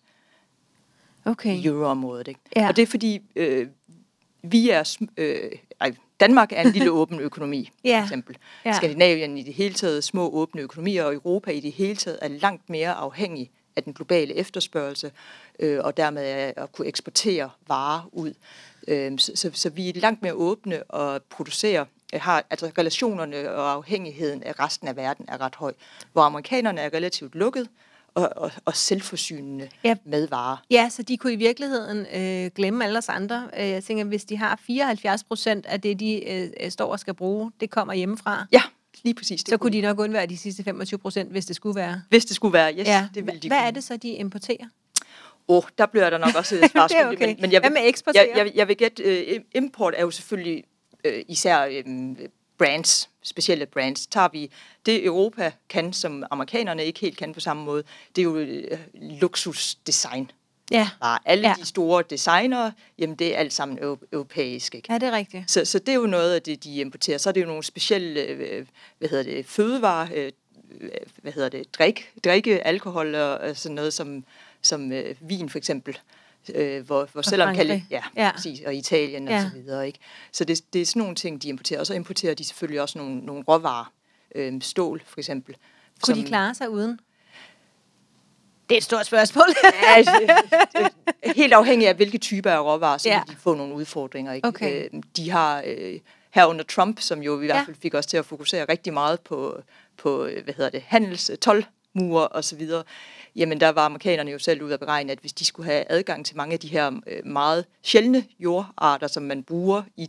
okay. i euroområdet. Ikke? Ja. Og det er fordi, øh, vi er, øh, ej, Danmark er en lille åben økonomi, ja. for eksempel. Ja. Skandinavien i det hele taget små åbne økonomier, og Europa i det hele taget er langt mere afhængig af den globale efterspørgsel, øh, og dermed at kunne eksportere varer ud. Øh, så, så, så vi er langt mere åbne og producerer har, altså relationerne og afhængigheden af resten af verden er ret høj, hvor amerikanerne er relativt lukket, Og, og, og selvforsynende ja. med varer. Ja, så de kunne i virkeligheden øh, glemme alle os andre. Øh, jeg tænker, hvis de har fireoghalvfjerds procent af det, de øh, står og skal bruge, det kommer hjemmefra. Ja, lige præcis. Så kunne de nok undvære de sidste femogtyve procent, hvis det skulle være. Hvis det skulle være, yes. Ja. Det ville de Hvad kunne. er det så, de importerer? Åh, oh, der bliver der nok også et spørgsmål. okay. men, men jeg vil, Hvad med eksporterer? Jeg, jeg, jeg vil gætte, øh, import er jo selvfølgelig øh, især øh, brands, specielle brands. Tager vi det Europa kan, som amerikanerne ikke helt kan på samme måde, det er jo øh, luksusdesign. Ja. Bare alle ja. de store designere, jamen det er alt sammen europæisk. Ikke? Ja, det er rigtigt. Så, så det er jo noget af det, de importerer. Så er det jo nogle specielle, øh, hvad hedder det, fødevarer, øh, hvad hedder det, drik, drikke, alkohol og sådan noget som, som øh, vin for eksempel. Øh, hvor, hvor selvom kan ja, ja. Præcis, og Italien ja. og så videre, ikke? Så det, det er sådan nogle ting, de importerer. Og så importerer de selvfølgelig også nogle, nogle råvarer. Øh, stål, for eksempel. Kunne som, de klare sig uden? Det er et stort spørgsmål. ja, helt afhængig af, hvilke typer af råvarer, så ja. vil de få nogle udfordringer, ikke? Okay. Øh, de har øh, her under Trump, som jo i hvert fald fik os til at fokusere rigtig meget på, på hvad hedder det, handels, toldmure og så videre. Jamen der var amerikanerne jo selv ude at beregne, at hvis de skulle have adgang til mange af de her øh, meget sjældne jordarter, som man bruger i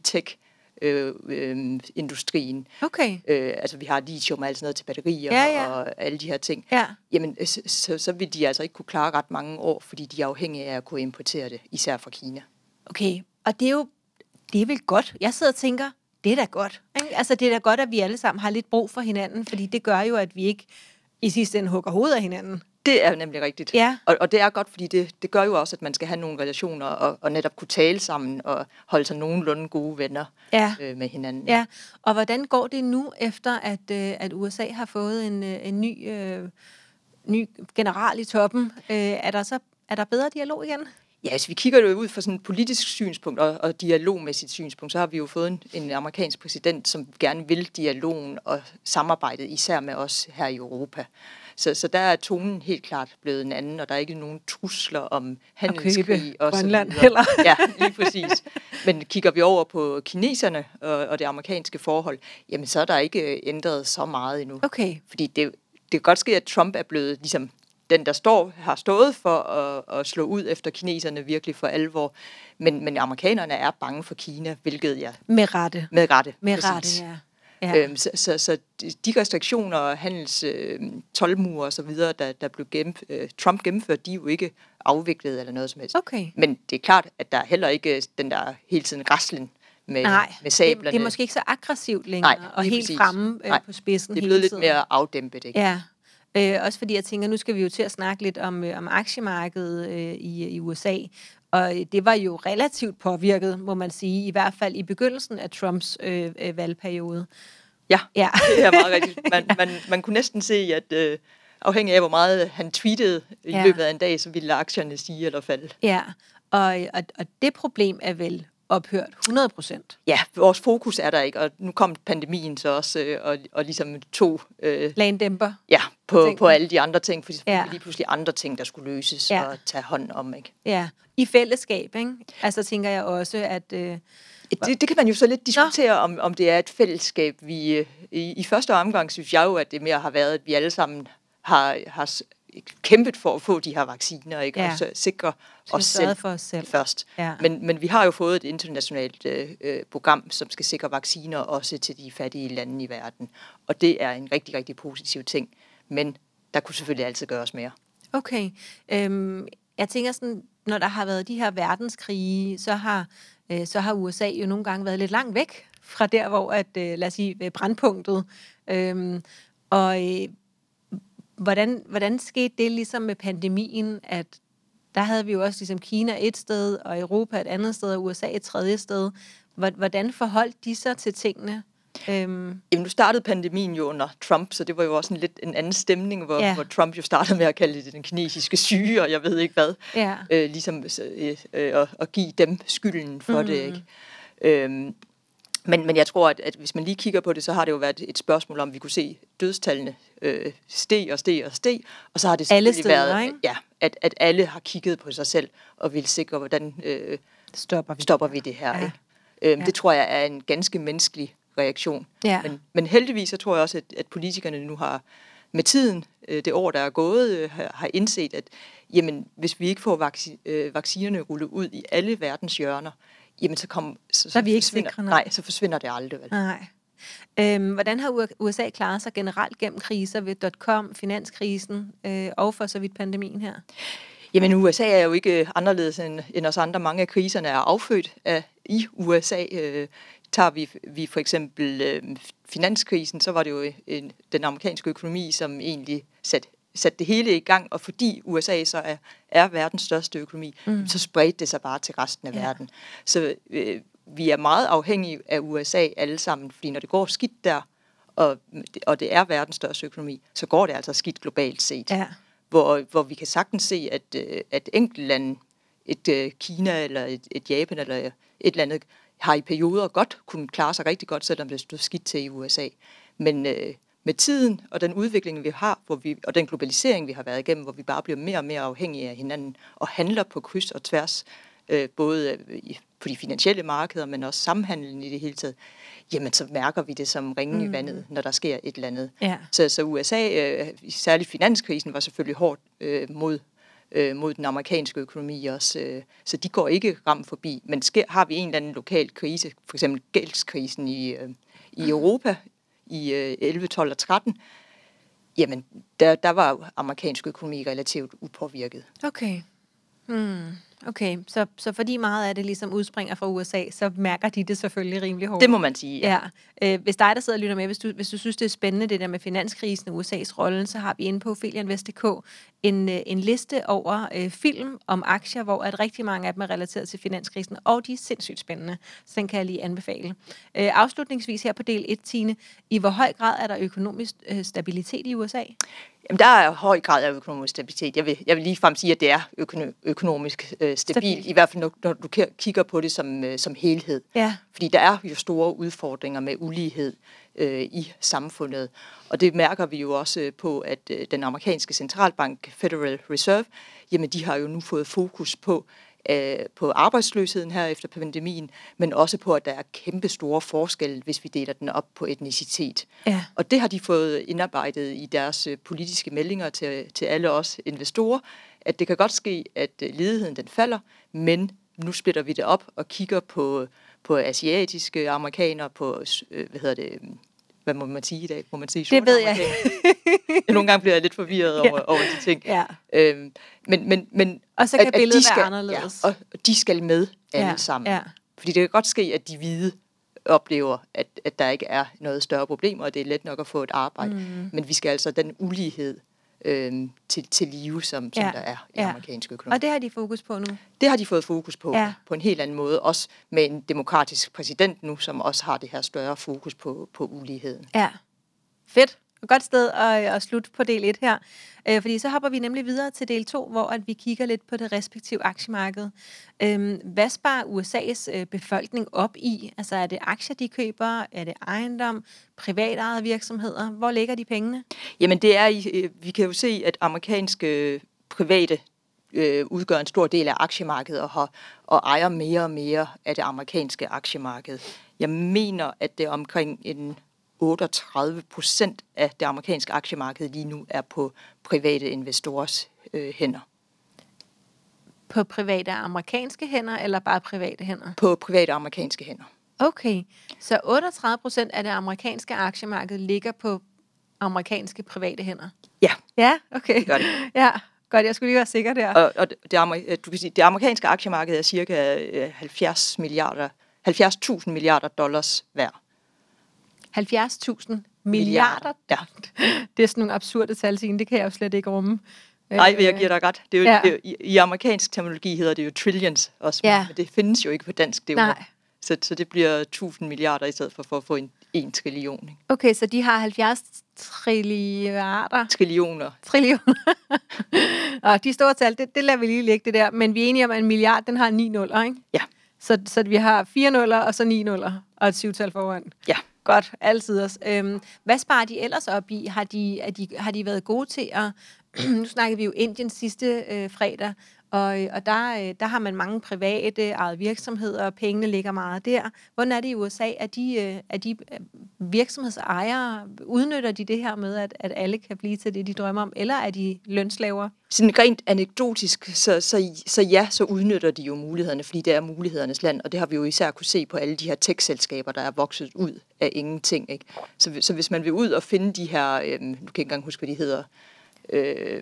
tech-industrien, øh, øh, okay. øh, altså vi har lithium og alt sådan noget til batterier ja, ja. og alle de her ting, ja. jamen så, så, så vil de altså ikke kunne klare ret mange år, fordi de er afhængige af at kunne importere det, især fra Kina. Okay, og det er jo det er vel godt. Jeg sidder og tænker, det er da godt. Ikke? Altså det er da godt, at vi alle sammen har lidt brug for hinanden, fordi det gør jo, at vi ikke i sidste ende hugger hovedet af hinanden. Det er nemlig rigtigt. Ja. Og, og det er godt, fordi det, det gør jo også, at man skal have nogle relationer og, og netop kunne tale sammen og holde sig nogenlunde gode venner ja. øh, med hinanden. Ja, og hvordan går det nu, efter at, øh, at U S A har fået en, øh, en ny, øh, ny general i toppen? Øh, er, der så, er der bedre dialog igen? Ja, hvis vi kigger det ud fra sådan et politisk synspunkt og, og dialogmæssigt synspunkt, så har vi jo fået en, en amerikansk præsident, som gerne vil dialogen og samarbejdet, især med os her i Europa. Så, så der er tonen helt klart blevet en anden, og der er ikke nogen trusler om handelskrig og Grønland så videre. heller. Ja, lige præcis. Men kigger vi over på kineserne og, og det amerikanske forhold, jamen så er der ikke ændret så meget endnu. Okay. Fordi det, det kan godt ske, at Trump er blevet ligesom den, der står, har stået for at, at slå ud efter kineserne virkelig for alvor. Men, men amerikanerne er bange for Kina, hvilket jeg... Med rette. Med rette, Med præcis. rette, ja. Ja. Øhm, så, så, så de restriktioner og handels øh, tolvmure og så videre, der, der blev gennem, øh, Trump gennemført, de er jo ikke afviklet eller noget som helst. Okay. Men det er klart, at der er heller ikke den der hele tiden raslen med, Nej, med sablerne. Det, det er måske ikke så aggressivt længere, Nej, og helt præcis. fremme øh, Nej, på spidsen det er hele blevet lidt tiden. mere afdæmpet, ikke? Ja, øh, også fordi jeg tænker, nu skal vi jo til at snakke lidt om, øh, om aktiemarkedet øh, i, i U S A, og det var jo relativt påvirket, må man sige, i hvert fald i begyndelsen af Trumps øh, øh, valgperiode. Ja, ja, det er meget rigtigt. Man, man, man kunne næsten se, at øh, afhængig af, hvor meget han tweetede i ja. løbet af en dag, så ville aktierne stige eller falde. Ja, og, og, og det problem er vel ophørt hundrede procent. Ja, vores fokus er der ikke, og nu kom pandemien så også, øh, og, og ligesom to... Øh, Lagdæmper. Ja, på, på alle de andre ting, for det ja. lige pludselig andre ting, der skulle løses ja. og tage hånd om, ikke? Ja, i fællesskab, ikke? Altså tænker jeg også, at... Øh, det, det kan man jo så lidt diskutere, om, om det er et fællesskab. Vi, i, I første omgang synes jeg jo, at det mere har været, at vi alle sammen har, har kæmpet for at få de her vacciner, ikke? Ja. Og så sikre os selv, for os selv først. Ja. Men, men vi har jo fået et internationalt øh, program, som skal sikre vacciner også til de fattige lande i verden. Og det er en rigtig, rigtig positiv ting. Men der kunne selvfølgelig altid gøres mere. Okay. Øhm, jeg tænker sådan, når der har været de her verdenskrige, så har, øh, så har U S A jo nogle gange været lidt langt væk fra der, hvor at, øh, lad os sige, brandpunktet. Øhm, og øh, hvordan, hvordan skete det ligesom med pandemien, at der havde vi jo også ligesom Kina et sted, og Europa et andet sted, og U S A et tredje sted. Hvordan forholdt de sig til tingene? Øhm. Jamen, nu startede pandemien jo under Trump, så det var jo også en lidt en anden stemning, hvor, ja. hvor Trump jo startede med at kalde det den kinesiske syge, og jeg ved ikke hvad. Ja. Øh, ligesom øh, øh, at, at give dem skylden for mm. det, ikke? Øhm, men, men jeg tror, at, at hvis man lige kigger på det, så har det jo været et spørgsmål om, vi kunne se dødstallene øh, steg og steg og steg, og så har det alle steder, været, ikke? Ja, at, at alle har kigget på sig selv og vil sikre, hvordan øh, stopper, vi. stopper vi det her, ja. ikke? Øhm, ja. Det tror jeg er en ganske menneskelig reaktion. Ja. Men, men heldigvis så tror jeg også, at, at politikerne nu har med tiden, øh, det år, der er gået, øh, har, har indset, at jamen, hvis vi ikke får vaccin, øh, vaccinerne rullet ud i alle verdens hjørner, jamen så, kom, så, så, vi ikke forsvinder, sikre, nej, så forsvinder det aldrig. Vel? Nej. Øhm, hvordan har U S A klaret sig generelt gennem kriser ved dot-com, finanskrisen øh, og for så vidt pandemien her? Jamen U S A er jo ikke anderledes end, end os andre. Mange af kriserne er affødt af, i U S A. Øh, tager vi, vi for eksempel øh, finanskrisen, så var det jo en, den amerikanske økonomi, som egentlig satte sat det hele i gang, og fordi U S A så er, er verdens største økonomi, mm. så spredte det sig bare til resten af ja. verden. Så øh, vi er meget afhængige af U S A alle sammen, fordi når det går skidt der, og, og det er verdens største økonomi, så går det altså skidt globalt set. Ja. Hvor, hvor vi kan sagtens se, at, at enkeltlande, et Kina eller et, et Japan eller et eller andet, har i perioder godt kunne klare sig rigtig godt, selvom det stod skidt til i U S A. Men øh, med tiden og den udvikling, vi har, hvor vi, og den globalisering, vi har været igennem, hvor vi bare bliver mere og mere afhængige af hinanden og handler på kryds og tværs, øh, både i, på de finansielle markeder, men også samhandlen i det hele taget, jamen så mærker vi det som ringen mm. i vandet, når der sker et eller andet. Ja. Så, så U S A, øh, særligt finanskrisen, var selvfølgelig hårdt øh, mod øh, mod den amerikanske økonomi også. Øh, så de går ikke ramt forbi. Men sker, har vi en eller anden lokal krise, for eksempel gældskrisen i, øh, i Europa i øh, elleve, tolv og tretten, jamen der, der var amerikansk økonomi relativt upåvirket. Okay. Hmm. Okay, så, så fordi meget af det ligesom udspringer fra U S A, så mærker de det selvfølgelig rimelig hårdt. Det må man sige, ja. ja. Øh, hvis dig, der sidder og lytter med, hvis du, hvis du synes, det er spændende, det der med finanskrisen og U S A's rolle, så har vi inde på Ophelia Invest punktum d k en, en liste over øh, film om aktier, hvor at rigtig mange af dem er relateret til finanskrisen, og de er sindssygt spændende, så den kan jeg lige anbefale. Øh, afslutningsvis her på del et, Tine, i hvor høj grad er der økonomisk øh, stabilitet i U S A? Jamen, der er høj grad af økonomisk stabilitet. Jeg vil, jeg vil lige frem sige, at det er økono- økonomisk øh, stabilt, Stabil. I hvert fald når, når du kigger på det som, øh, som helhed. Ja. Fordi der er jo store udfordringer med ulighed øh, i samfundet. Og det mærker vi jo også på, at øh, den amerikanske centralbank, Federal Reserve, jamen de har jo nu fået fokus på, øh, på arbejdsløsheden her efter pandemien, men også på, at der er kæmpe store forskelle, hvis vi deler den op på etnicitet. Ja. Og det har de fået indarbejdet i deres øh, politiske meldinger til, til alle os investorer, at det kan godt ske, at øh, ledigheden den falder, men nu splitter vi det op og kigger på, på asiatiske amerikanere, på, øh, hvad hedder det, hvad må man sige i dag? Må man sige det ved jeg. Nogle gange bliver jeg lidt forvirret over, ja. over de ting. Ja. Øhm, men, men, men, og så kan at, billedet at skal, være anderledes. Ja, og de skal med alle ja. sammen. Ja. Fordi det kan godt ske, at de hvide oplever, at, at der ikke er noget større problem, og det er let nok at få et arbejde. Mm. Men vi skal altså den ulighed øhm, til, til live, som, som ja. der er i ja. amerikansk økonomi. Og det har de fokus på nu? Det har de fået fokus på, ja. på en helt anden måde. Også med en demokratisk præsident nu, som også har det her større fokus på, på uligheden. Ja, fedt. Et godt sted at, at slutte på del et her. Øh, fordi så hopper vi nemlig videre til del to, hvor at vi kigger lidt på det respektive aktiemarked. Øh, hvad sparer U S A's øh, befolkning op i? Altså er det aktier, de køber? Er det ejendom? Privatejede virksomheder? Hvor ligger de pengene? Jamen det er, i, vi kan jo se, at amerikanske private øh, udgør en stor del af aktiemarkedet og, har, og ejer mere og mere af det amerikanske aktiemarked. Jeg mener, at det er omkring en otteogtredive procent af det amerikanske aktiemarked lige nu er på private investorers øh, hænder. På private amerikanske hænder, eller bare private hænder? På private amerikanske hænder. Okay, så otteogtredive procent af det amerikanske aktiemarked ligger på amerikanske private hænder? Ja. Ja, okay. Det gør det. Ja, godt, jeg skulle lige være sikker der. Og, og det, du kan sige, det amerikanske aktiemarked er cirka halvfjerds milliarder, halvfjerds tusind milliarder dollars værd. halvfjerds tusind milliarder? Ja. Det er sådan nogle absurde tal, Signe. Det kan jeg jo slet ikke rumme. Nej, jeg giver dig ret. Det er jo, ja. det er jo, i, I amerikansk terminologi hedder det jo trillions også, ja. men det findes jo ikke på dansk. Det er jo, Nej. så, så det bliver tusind milliarder i stedet for, for at få en, en trillion. Ikke? Okay, så de har halvfjerds trilliarder? Trillioner. Trillioner. Og de store tal, det, det lader vi lige ligge det der. Men vi er enige om, at en milliard, den har ni nuller, ikke? Ja. Så, så vi har fire nuller, og så ni nuller, og et syvtal foran. Ja. Godt, altid også. Øhm, hvad sparer de ellers op i? Har de, er de, har de været gode til at... nu snakkede vi jo Indien sidste øh, fredag, og, og der, øh, der har man mange private eget virksomheder, og pengene ligger meget der. Hvordan er det i U S A? Er de, øh, er de virksomhedsejere, udnytter de det her med, at, at alle kan blive til det, de drømmer om, eller er de lønslaver? Sådan rent anekdotisk, så, så, så ja, så udnytter de jo mulighederne, fordi det er mulighedernes land, og det har vi jo især kunne se på alle de her tech-selskaber, der er vokset ud af ingenting. Ikke? Så, så hvis man vil ud og finde de her, øh, nu kan jeg ikke engang huske, hvad de hedder, øh,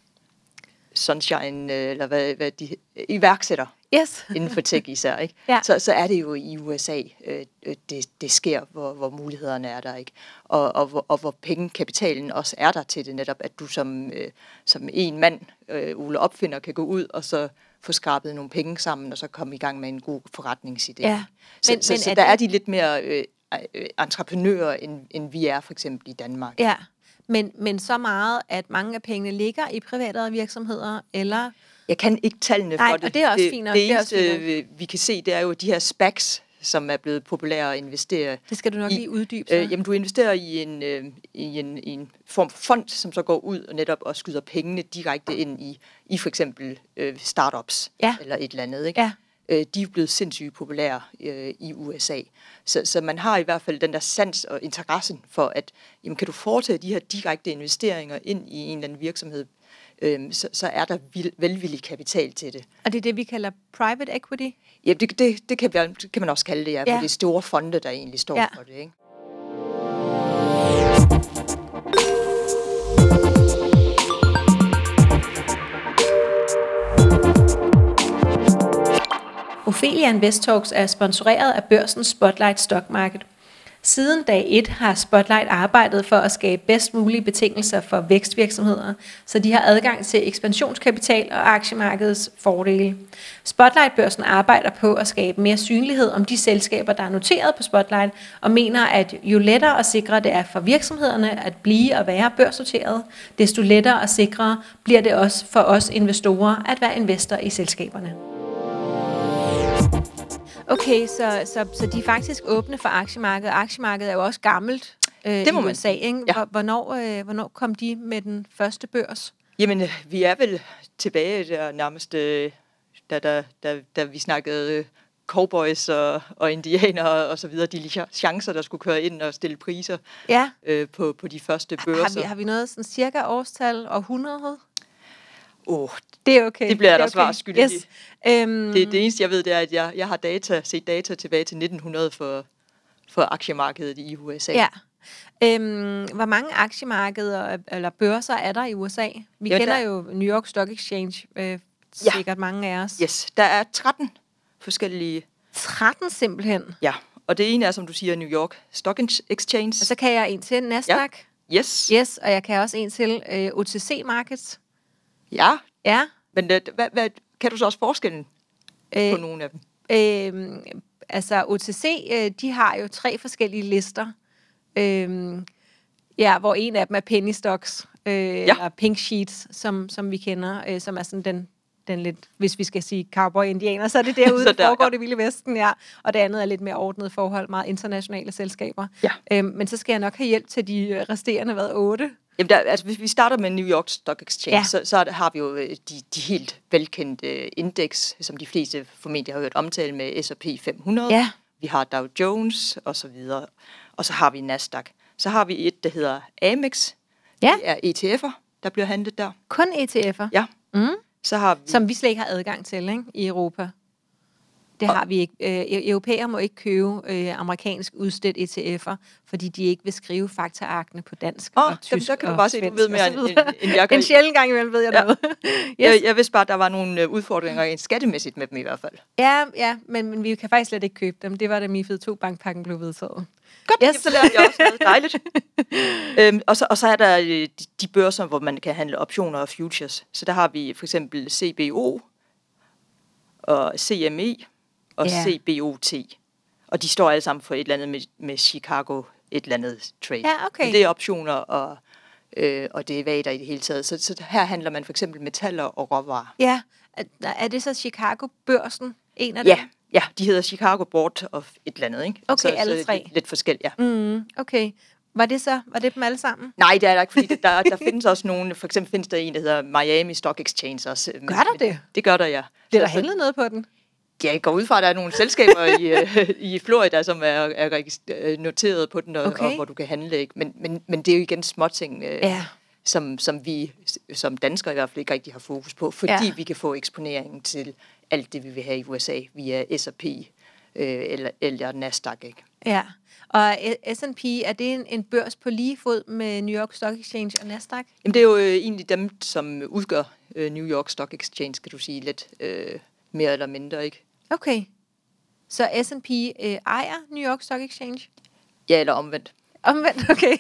Sunshine, eller hvad, hvad de iværksætter yes. inden for tech især, ikke? ja. så, så er det jo i U S A, øh, det, det sker, hvor, hvor mulighederne er der, ikke? Og, og, og, og hvor pengekapitalen også er der til det netop, at du som, øh, som en mand, øh, Ole Opfinder, kan gå ud og så få skrabet nogle penge sammen, og så komme i gang med en god forretningsidé. Ja. Så, Men, så, men så er der det... er de lidt mere øh, øh, entreprenører, end, end vi er for eksempel i Danmark. Ja. Men, men så meget, at mange af pengene ligger i private virksomheder, eller... Jeg kan ikke tallene Nej, for det. Og det er også det, fint nok. det eneste, det er også fint vi kan se, det er jo de her SPACs, som er blevet populære at investere. Det skal du nok i. lige uddybe. Så. Øh, jamen, du investerer i en, øh, i, en, i en form for fond, som så går ud og netop og skyder pengene direkte ind i, i for eksempel øh, startups ja. eller et eller andet. Ikke? Ja. Øh, de er blevet sindssygt populære øh, i U S A. Så, så man har i hvert fald den der sans og interessen for, at jamen, kan du foretage de her direkte investeringer ind i en eller anden virksomhed, øhm, så, så er der vil, velvillig kapital til det. Og det er det, vi kalder private equity? Ja, det, det, det, kan, det kan man også kalde det, ja, ja. for det er store fonde, der egentlig står ja. for det, ikke? Ophelia Invest Talks er sponsoreret af børsen Spotlight Stock Market. Siden dag et har Spotlight arbejdet for at skabe bedst mulige betingelser for vækstvirksomheder, så de har adgang til ekspansionskapital og aktiemarkedets fordele. Spotlight-børsen arbejder på at skabe mere synlighed om de selskaber, der er noteret på Spotlight, og mener, at jo lettere og sikrere det er for virksomhederne at blive og være børsnoteret, desto lettere og sikrere bliver det også for os investorer at være investor i selskaberne. Okay, så, så, så de er faktisk åbne for aktiemarkedet. Aktiemarkedet er jo også gammelt øh, det må i man U S A, ikke? Ja. Hvornår, øh, hvornår kom de med den første børs? Jamen, vi er vel tilbage der nærmest, da, da, da, da vi snakkede cowboys og, og indianere og så videre, de chancer, der skulle køre ind og stille priser ja. øh, på, på de første børser. Har vi, har vi noget sådan cirka årstal og hundrede? Åh, oh, det er okay. Det bliver det der okay. svar skyldig. Yes. Um, det, det eneste, jeg ved, det er, at jeg, jeg har data, set data tilbage til nitten hundrede for, for aktiemarkedet i U S A. Ja. Um, hvor mange aktiemarkeder eller børser er der i U S A? Vi Jamen, kender der... jo New York Stock Exchange, øh, sikkert ja. mange af os. Yes, der er tretten forskellige. tretten simpelthen? Ja, og det ene er, som du siger, New York Stock Exchange. Og så kan jeg en til Nasdaq. Ja. Yes. Yes, og jeg kan også en til øh, O T C Markets. Ja. Ja. Men hvad, hvad, kan du så også forskellen øh, på nogle af dem? Øh, altså O T C, øh, de har jo tre forskellige lister. Øh, ja, hvor en af dem er penny stocks, øh, ja. eller pink sheets, som, som vi kender, øh, som er sådan den, den lidt, hvis vi skal sige cowboy-indianer, så er det derude, der foregår ja. det vilde vesten, ja. Og det andet er lidt mere ordnet forhold, meget internationale selskaber. Ja. Øh, men så skal jeg nok have hjælp til de resterende, hvad, otte? Jamen, der, altså, hvis vi starter med New York Stock Exchange, ja. så, så har vi jo de, de helt velkendte indeks, som de fleste formentlig har hørt omtale med S og P fem hundrede. Ja. Vi har Dow Jones og så videre. Og så har vi Nasdaq. Så har vi et, der hedder Amex. Ja. Det er E T F'er, der bliver handlet der. Kun E T F'er? Ja. Mm. Så har vi... Som vi slet ikke har adgang til, ikke? I Europa. Det har vi ikke. Øh, europæere må ikke købe øh, amerikansk udstedt E T F'er, fordi de ikke vil skrive faktaarkene på dansk oh, og tysk så kan du og bare se, du ved mere, end, end jeg gør. En sjældent gang imellem ved jeg ja. noget. yes. jeg, jeg vidste bare, at der var nogle udfordringer skattemæssigt med dem i hvert fald. Ja, ja men, men vi kan faktisk slet ikke købe dem. Det var da MiFID to-bankpakken blev vedtaget. Godt, yes. Så lærte jeg også noget dejligt. øhm, og, så, og så er der de, de børser, hvor man kan handle optioner og futures. Så der har vi for eksempel C B O og C M E og yeah. C B O T. Og de står alle sammen for et eller andet med, med Chicago, et eller andet trade. Ja, okay. Men det er optioner og, øh, og derivater i det hele taget. Så, så her handler man for eksempel metaller og råvarer. Ja, er, er det så Chicago-børsen, en af ja. dem? Ja, de hedder Chicago Board of et eller andet, ikke? Okay, så, alle så tre. Lidt, lidt forskelligt, ja. Mm, okay. Var det så, var det dem alle sammen? Nej, det er der ikke, fordi der, der findes også nogle, for eksempel findes der en, der hedder Miami Stock Exchange også. Gør der det? Det gør der, ja. Bliver der handlet noget på den? Ja, jeg går ud fra, at der er nogle selskaber i, uh, i Florida, som er, er noteret på den, og, okay. og hvor du kan handle, ikke? Men, men, men det er jo igen småting, uh, ja. som, som vi som danskere i hvert fald ikke rigtig har fokus på, fordi ja. vi kan få eksponeringen til alt det, vi vil have i U S A via S og P uh, eller, eller Nasdaq, ikke? Ja, og S and P, er det en, en børs på lige fod med New York Stock Exchange og Nasdaq? Jamen, det er jo øh, egentlig dem, som udgør øh, New York Stock Exchange, kan du sige, lidt øh, mere eller mindre, ikke? Okay. Så S and P øh, ejer New York Stock Exchange? Ja, eller omvendt. Omvendt, okay.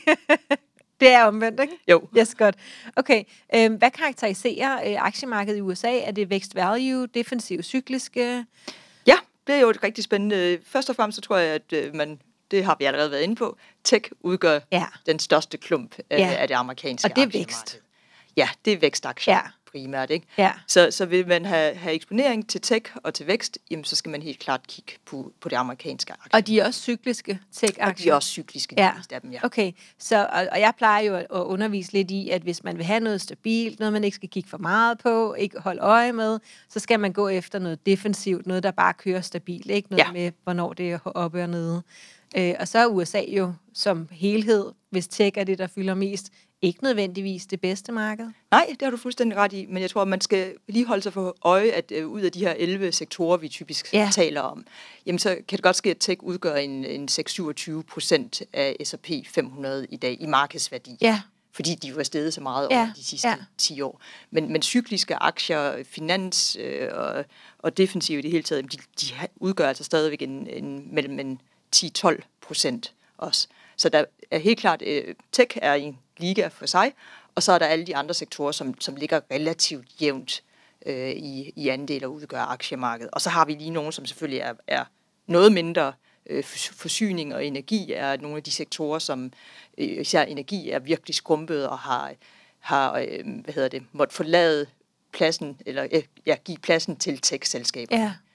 Det er omvendt, ikke? Jo. Yes, godt. Okay, øh, hvad karakteriserer øh, aktiemarkedet i U S A? Er det vækst value, defensiv, cykliske? Ja, det er jo et rigtig spændende. Først og fremmest så tror jeg, at øh, man, det har vi allerede været inde på, tech udgør ja. den største klump af, ja. af det amerikanske aktiemarked. Og det er vækst. Ja, det er vækstaktier. Ja. primært, ikke? Ja. Så, så vil man have, have eksponering til tech og til vækst, jamen så skal man helt klart kigge på, på det amerikanske aktier. Og de er også cykliske tech-aktier? Og de er også cykliske, ja. de fleste af dem, ja. Okay, så, og, og jeg plejer jo at, at undervise lidt i, at hvis man vil have noget stabilt, noget man ikke skal kigge for meget på, ikke holde øje med, så skal man gå efter noget defensivt, noget der bare kører stabilt, ikke noget ja. med, hvornår det er oppe og nede. Øh, og så er U S A jo som helhed, hvis tech er det, der fylder mest, ikke nødvendigvis det bedste marked? Nej, det har du fuldstændig ret i, men jeg tror, man skal lige holde sig for øje, at uh, ud af de her elleve sektorer, vi typisk ja. taler om, jamen så kan det godt ske, at tech udgør en, en seks til syvogtyve procent af S og P fem hundrede i dag i markedsværdi. Ja. Fordi de var steget så meget over ja. de sidste ja. ti år. Men, men cykliske aktier, finans øh, og, og defensiv i det hele taget, de, de udgør altså stadigvæk en, en, mellem en ti til tolv procent også. Så der er helt klart, øh, tech er en liga for sig, og så er der alle de andre sektorer, som, som ligger relativt jævnt øh, i, i andel og udgør aktiemarkedet. Og så har vi lige nogle, som selvfølgelig er, er noget mindre. Øh, forsyning og energi er nogle af de sektorer, som øh, især energi er virkelig skrumpet og har, har øh, hvad hedder det, måtte forlade pladsen, eller øh, ja, give pladsen til tech-selskaber. Ja.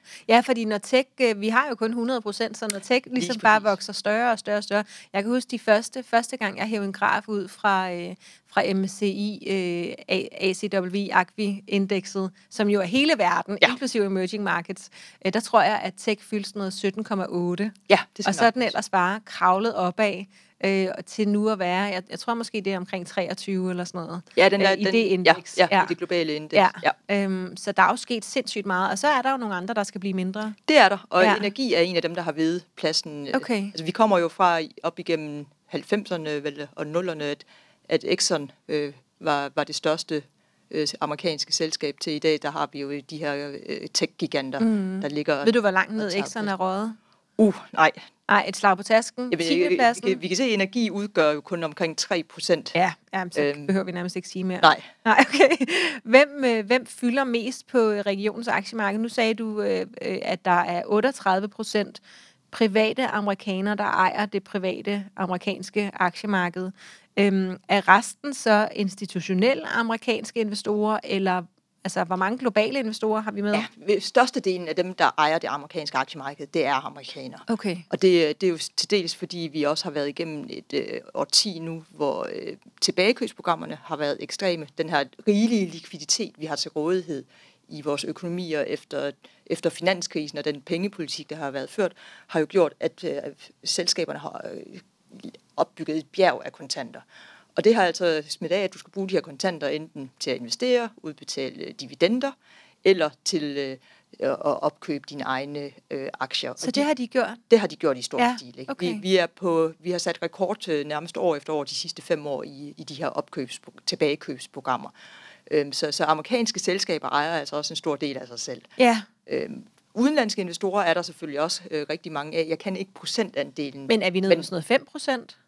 Ja, fordi når tech, øh, vi har jo kun hundrede procent, så når tech ligesom Lige bare præcis. vokser større og større og større. Jeg kan huske de første, første gang, jeg hævde en graf ud fra, øh, fra M S C I, øh, A C W, Acqui-indekset, som jo er hele verden, Ja. inklusive emerging markets, øh, der tror jeg, at tech fyldte sådan noget sytten komma otte. Ja, det skal Og så er nok den passe. ellers bare kravlet opad øh, til nu at være, jeg, jeg tror måske det er omkring treogtyve eller sådan noget, Ja, den er, øh, i den, det indeks. Ja, ja, i det globale indeks. Ja. Ja. Øhm, så der er jo sket sindssygt meget, og så er der jo nogle andre, der skal blive mindre. Det er der, og Ja. ja. energi er en af dem, der har ved pladsen. Okay. Altså, vi kommer jo fra op igennem halvfemserne vel, og nullerne, at, at Exxon øh, var, var det største øh, amerikanske selskab til i dag. Der har vi jo de her øh, tech-giganter, mm. der ligger. Ved du, hvor langt ned og tager Exxon er røget? Uh, nej. Nej, et slag på tasken. Jeg ved, tiende vi, pladsen. kan, vi kan se, at energi udgør jo kun omkring tre procent. Ja, jamen, så Øhm. behøver vi nærmest ikke sige mere. Nej. Nej, okay. Hvem, øh, hvem fylder mest på regionens aktiemarked? Nu sagde du, øh, øh, at der er otteogtredive procent private amerikanere, der ejer det private amerikanske aktiemarked. Øhm, er resten så institutionelle amerikanske investorer, eller altså, hvor mange globale investorer har vi med? Ja, størstedelen af dem, der ejer det amerikanske aktiemarked, det er amerikanere. Okay. Og det, det er jo til dels, fordi vi også har været igennem et øh, årti nu, hvor øh, tilbagekøbsprogrammerne har været ekstreme. Den her rigelige likviditet, vi har til rådighed i vores økonomier efter, efter finanskrisen og den pengepolitik, der har været ført, har jo gjort, at øh, selskaberne har øh, opbygget et bjerg af kontanter. Og det har altså smidt af, at du skal bruge de her kontanter enten til at investere, udbetale dividender, eller til øh, at opkøbe dine egne øh, aktier. Så og det de, har de gjort? Det har de gjort i stor Ja, stil. Ikke? okay. Vi, vi, er på, vi har sat rekord øh, nærmest år efter år de sidste fem år i, i de her opkøbs, tilbagekøbsprogrammer. Øhm, så, så amerikanske selskaber ejer altså også en stor del af sig selv. Ja. Øhm, udenlandske investorer er der selvfølgelig også øh, rigtig mange af. Jeg kan ikke procentandelen. Men er vi nede på sådan noget fem procent?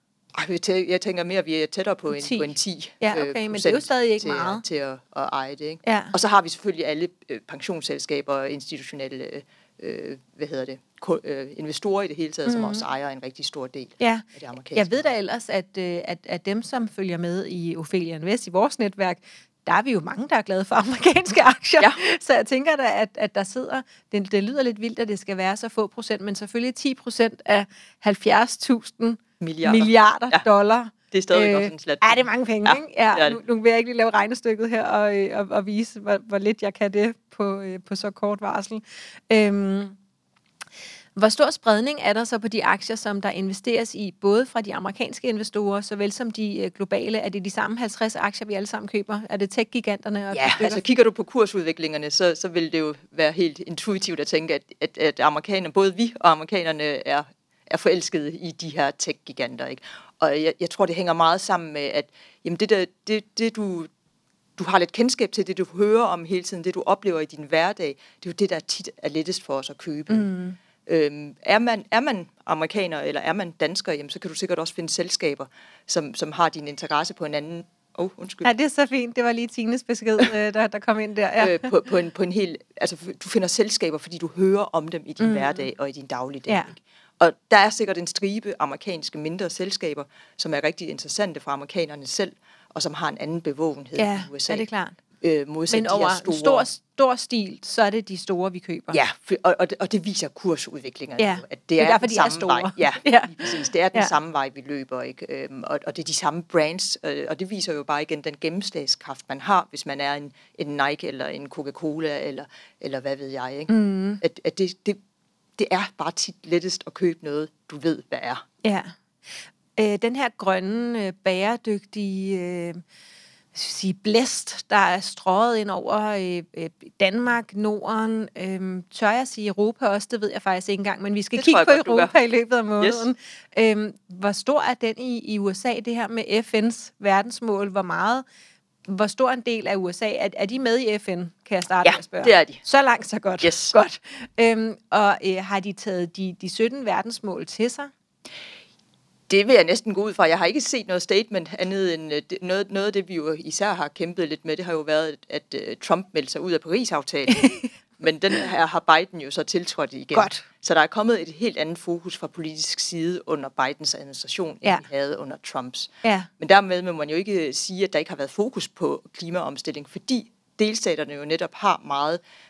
Jeg tænker mere, at vi er tættere på en, på en ti. Ja, okay, men det er jo stadig ikke til, meget. Til at, at eje det. Ikke? Ja. Og så har vi selvfølgelig alle øh, pensionsselskaber og institutionelle øh, hvad hedder det, ko- øh, investorer i det hele taget, mm. som også ejer en rigtig stor del Ja. af det amerikanske. Jeg ved da ellers, at, øh, at, at dem, som følger med i Ophelia Invest, i vores netværk, der er vi jo mange, der er glade for amerikanske aktier. Ja. Så jeg tænker da, at, at der sidder... Det, det lyder lidt vildt, at det skal være så få procent, men selvfølgelig ti procent af halvfjerds tusind Milliarder. milliarder Ja. dollar. Det er stadig øh, også en slat. Ja, det er mange penge, Ja, ikke? Ja, det er nu, det. nu vil jeg ikke lige lave regnestykket her og, øh, og, og vise, hvor, hvor lidt jeg kan det på, øh, på så kort varsel. Øhm, Hvor stor spredning er der så på de aktier, som der investeres i, både fra de amerikanske investorer, såvel som de øh, globale? Er det de samme halvtreds aktier, vi alle sammen køber? Er det tech-giganterne? Og Ja, altså kigger du på kursudviklingerne, så, så vil det jo være helt intuitivt at tænke, at, at, at amerikanerne, både vi og amerikanerne er, er forelskede i de her tech-giganter. Ikke? Og jeg, jeg tror, det hænger meget sammen med, at jamen det, der, det, det du... du har lidt kendskab til, det du hører om hele tiden, det du oplever i din hverdag, det er jo det, der tit er lettest for os at købe. Mm. Øhm, er, man, er man amerikaner, eller er man dansker, jamen, så kan du sikkert også finde selskaber, som, som har din interesse på en anden... Oh, undskyld. Ja, det er så fint. Det var lige Tines besked, øh, der, der kom ind der. Ja. øh, på, på, en, på en helt... Altså, du finder selskaber, fordi du hører om dem i din mm. hverdag og i din dagligdag. Ja. Ikke? Og der er sikkert en stribe amerikanske mindre selskaber, som er rigtig interessante for amerikanerne selv, og som har en anden bevågenhed Ja, i U S A. ja, det er klart. Øh, modsat Men de over her store... en stor, stor stil, så er det de store, vi køber. Ja, for, og, og, det, og det viser kursudviklingerne Ja, jo, at det, det er er derfor, den de er samme store. vej. Ja, Ja. lige præcis. Det er den Ja. samme vej, vi løber, ikke? Øhm, og, og det er de samme brands, øh, og det viser jo bare igen den gennemslagskraft, man har, hvis man er en, en Nike eller en Coca-Cola, eller, eller hvad ved jeg. Ikke? Mm. At, at det, det, det er bare tit lettest at købe noget, du ved, hvad er. Ja. Øh, den her grønne, øh, bæredygtige... Øh, sige, blæst, der er strøget ind over øh, øh, Danmark, Norden, øh, tør jeg sige Europa også, det ved jeg faktisk ikke engang, men vi skal Det kigge tror på jeg godt, Europa i løbet af måneden. Yes. Øh, hvor stor er den i, i U S A, det her med F N's verdensmål? Hvor meget, hvor stor en del af U S A, er, er de med i F N, kan jeg starte Ja, med at spørge? det er de. Så langt, så godt. Yes. godt. Øhm, og øh, har de taget de, de sytten verdensmål til sig? Det vil jeg næsten gå ud fra. Jeg har ikke set noget statement andet end øh, det, noget, noget af det, vi jo især har kæmpet lidt med, det har jo været, at, at uh, Trump meldte sig ud af Paris-aftalen. Men den her har Biden jo så tiltrådt igen. Godt. Så der er kommet et helt andet fokus fra politisk side under Bidens administration, end Ja. vi havde under Trumps. Ja. Men dermed må man jo ikke sige, at der ikke har været fokus på klimaomstilling, fordi delstaterne jo netop har meget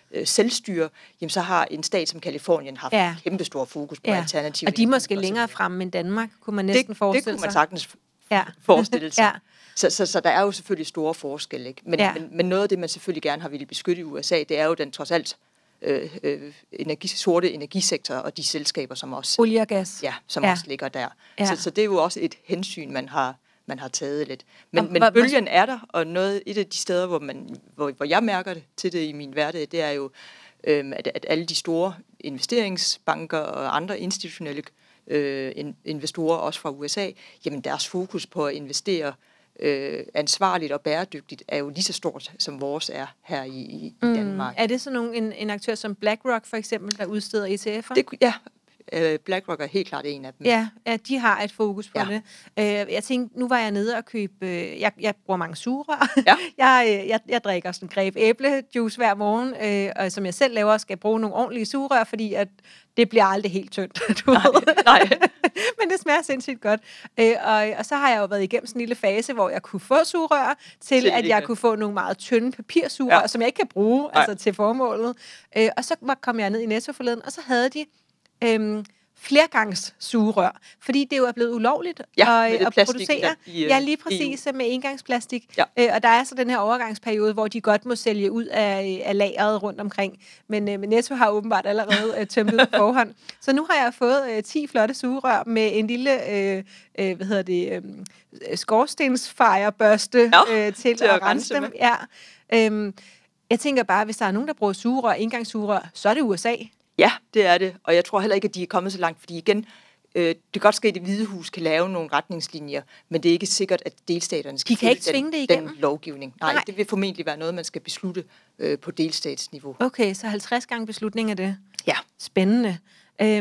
øh, selvstyre, jamen så har en stat som Kalifornien haft ja. kæmpe stor fokus på ja. alternative. Og de er måske længere fremme end Danmark, kunne man næsten det, forestille det kunne man sig. sagtens ja. forestille sig. ja. Så, så, så der er jo selvfølgelig store forskelle. Ikke? Men, ja. men, men noget af det, man selvfølgelig gerne har ville beskytte i U S A, det er jo den trods alt øh, øh, energi, sorte energisektor og de selskaber, som også, olie og gas. Ja, som ja. også ligger der. Ja. Så, så det er jo også et hensyn, man har, man har taget lidt. Men, og, men hvor, bølgen er der, og noget, et af de steder, hvor, man, hvor, hvor jeg mærker det til det i min hverdag, det er jo, øh, at, at alle de store investeringsbanker og andre institutionelle øh, investorer, også fra U S A, jamen deres fokus på at investere øh, ansvarligt og bæredygtigt, er jo lige så stort, som vores er her i, i mm, Danmark. Er det så nogen, en, en aktør som BlackRock for eksempel, der udsteder E T F'er? Det, ja, BlackRock er helt klart en af dem. Ja, ja, de har et fokus på ja. det. Øh, jeg tænkte, nu var jeg nede og købe, øh, jeg, jeg bruger mange sugerør. Ja. jeg, jeg, jeg drikker sådan en greb æblejuice hver morgen, øh, og som jeg selv laver, skal jeg bruge nogle ordentlige sugerør, fordi at det bliver aldrig helt tyndt. Du nej, ved. nej. Men det smager sindssygt godt. Øh, og, og så har jeg jo været igennem sådan en lille fase, hvor jeg kunne få sugerør, til, til at jeg kan. kunne få nogle meget tynde papirsugerør, ja. som jeg ikke kan bruge altså, til formålet. Øh, og så kom jeg ned i Netto forleden, og så havde de Øh, flergangs sugerør, fordi det jo er blevet ulovligt ja, at, at producere. I, ja, lige præcis E U. med engangsplastik. Ja. Øh, og der er så den her overgangsperiode, hvor de godt må sælge ud af, af lageret rundt omkring. Men, øh, men Netto har åbenbart allerede øh, tømt ud på forhånd. Så nu har jeg fået øh, ti flotte sugerør med en lille øh, øh, hvad hedder det, øh, skorstensfejerbørste ja, øh, til, til at, at rense dem. Med. Ja. Øhm, jeg tænker bare, hvis der er nogen, der bruger sugerør, engangssugerør, så er det U S A. Ja, det er det, og jeg tror heller ikke, at de er kommet så langt, fordi igen, øh, det kan godt ske, at Det Hvide Hus kan lave nogle retningslinjer, men det er ikke sikkert, at delstaterne skal de kan ikke tvinge den, det igennem. den lovgivning. Nej, Nej, det vil formentlig være noget, man skal beslutte øh, på delstatsniveau. Okay, så halvtreds gange beslutning af det. Ja. Spændende. Øhm...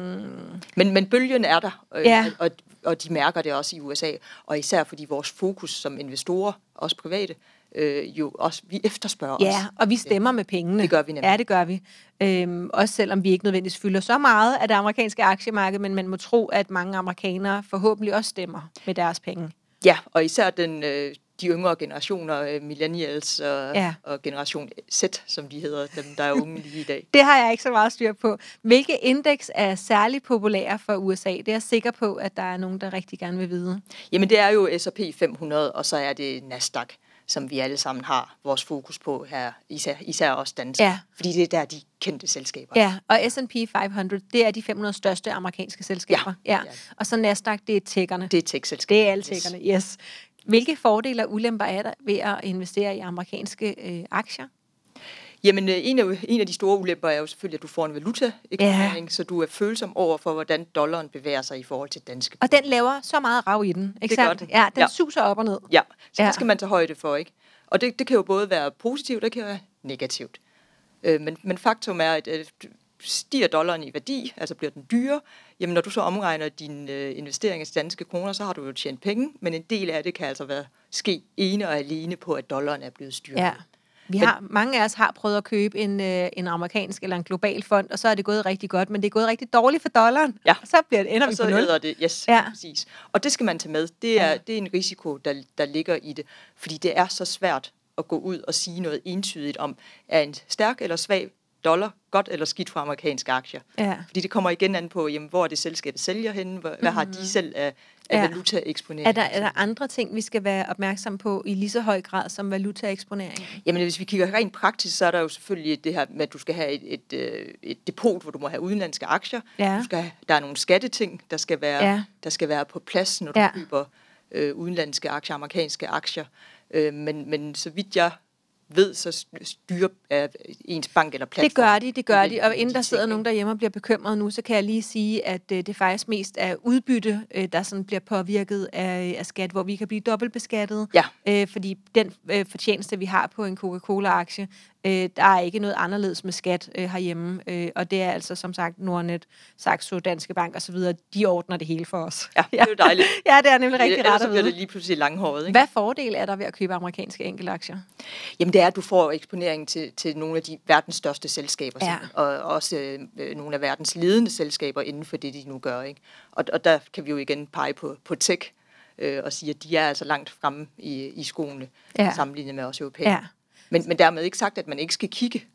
Men, men bølgen er der, øh, ja. og, og de mærker det også i U S A, og især fordi vores fokus som investorer, også private, Øh, jo også, vi efterspørger ja, os. Ja, og vi stemmer med pengene. Det gør vi nemlig. Ja, det gør vi. Øhm, også selvom vi ikke nødvendigvis fylder så meget af det amerikanske aktiemarked, men man må tro, at mange amerikanere forhåbentlig også stemmer med deres penge. Ja, og især den, øh, de yngre generationer, millennials og, ja. og generation Z, som de hedder, dem der er unge lige i dag. Det har jeg ikke så meget styr på. Hvilke indeks er særlig populære for U S A? Det er jeg sikker på, at der er nogen, der rigtig gerne vil vide. Jamen det er jo S og P fem hundrede, og så er det Nasdaq, som vi alle sammen har vores fokus på her, især, især også danskere. Ja. Fordi det er der, de kendte selskaber. Ja, og S and P fem hundrede, det er de fem hundrede største amerikanske selskaber. Ja. ja. Og så Nasdaq, det er tækkerne. Det er tech-selskaber. Det er alle tækkerne, yes. yes. Hvilke fordele og ulemper er der ved at investere i amerikanske øh, aktier? Jamen, en af, en af de store ulemper er jo selvfølgelig, at du får en valutaeksponering, ja. så du er følsom over for, hvordan dollaren bevæger sig i forhold til danske. Og den laver så meget rav i den, ikke det sant? Den. Ja, den ja. suser op og ned. Ja, så ja. det skal man tage højde for, ikke? Og det, det kan jo både være positivt, og det kan være negativt. Øh, men, men faktum er, at øh, stiger dollaren i værdi, altså bliver den dyre, jamen når du så omregner dine øh, investeringer til danske kroner, så har du jo tjent penge, men en del af det kan altså være ske ene og alene på, at dollaren er blevet styret. Ja. Vi har, mange af os har prøvet at købe en, øh, en amerikansk eller en global fond, og så er det gået rigtig godt, men det er gået rigtig dårligt for dollaren. Ja. Og så bliver det, ender og vi så på nul. æder det, yes, ja. præcis. Og det skal man tage med. Det er, ja. det er en risiko, der, der ligger i det, fordi det er så svært at gå ud og sige noget entydigt om, er en stærk eller svag dollar godt eller skidt for amerikanske aktier. Ja. Fordi det kommer igen an på, jamen, hvor er det selskabet sælger henne, hvad mm-hmm. har de selv af, af ja. valutaeksponering. Er der, er der andre ting, vi skal være opmærksom på i lige så høj grad som valutaeksponering? Jamen hvis vi kigger rent praktisk, så er der jo selvfølgelig det her med, at du skal have et, et, et depot, hvor du må have udenlandske aktier. Ja. Du skal have, der er nogle skatteting, der skal være, ja. der skal være på plads, når du ja. køber øh, udenlandske aktier, amerikanske aktier. Øh, men, men så vidt jeg ved, så styrer øh, ens bank eller platform. Det gør de, det gør de. Og inden der sidder nogen derhjemme og bliver bekymret nu, så kan jeg lige sige, at øh, det faktisk mest er udbytte, øh, der sådan bliver påvirket af, af skat, hvor vi kan blive dobbeltbeskattet. Ja. Øh, fordi den øh, fortjeneste, vi har på en Coca-Cola-aktie, øh, der er ikke noget anderledes med skat øh, herhjemme. Øh, og det er altså som sagt Nordnet, Saxo, Danske Bank osv., de ordner det hele for os. Ja, det er jo dejligt. Ja, det er nemlig rigtig Ellers rart så at bliver vide. det lige pludselig langhåret, ikke? Hvad fordel er der ved at købe amerikanske enkeltaktier? Jamen det er, at du får eksponering til, til nogle af de verdens største selskaber, ja. og også øh, nogle af verdens ledende selskaber inden for det, de nu gør, ikke? Og, og der kan vi jo igen pege på, på tech øh, og sige, at de er altså langt fremme i, i skoene, ja. sammenlignet med os europæere. Ja. Men, men dermed ikke sagt, at man ikke skal kigge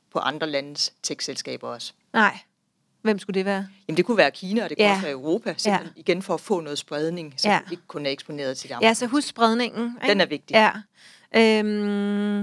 på andre landes tech-selskaber også. Nej. Hvem skulle det være? Jamen det kunne være Kina, og det kunne ja. også være Europa, simpelthen ja. igen for at få noget spredning, så ja. du ikke kun er eksponeret til det amerikanske. Ja, så husk spredningen. Ikke? Den er vigtig. Ja. Øhm,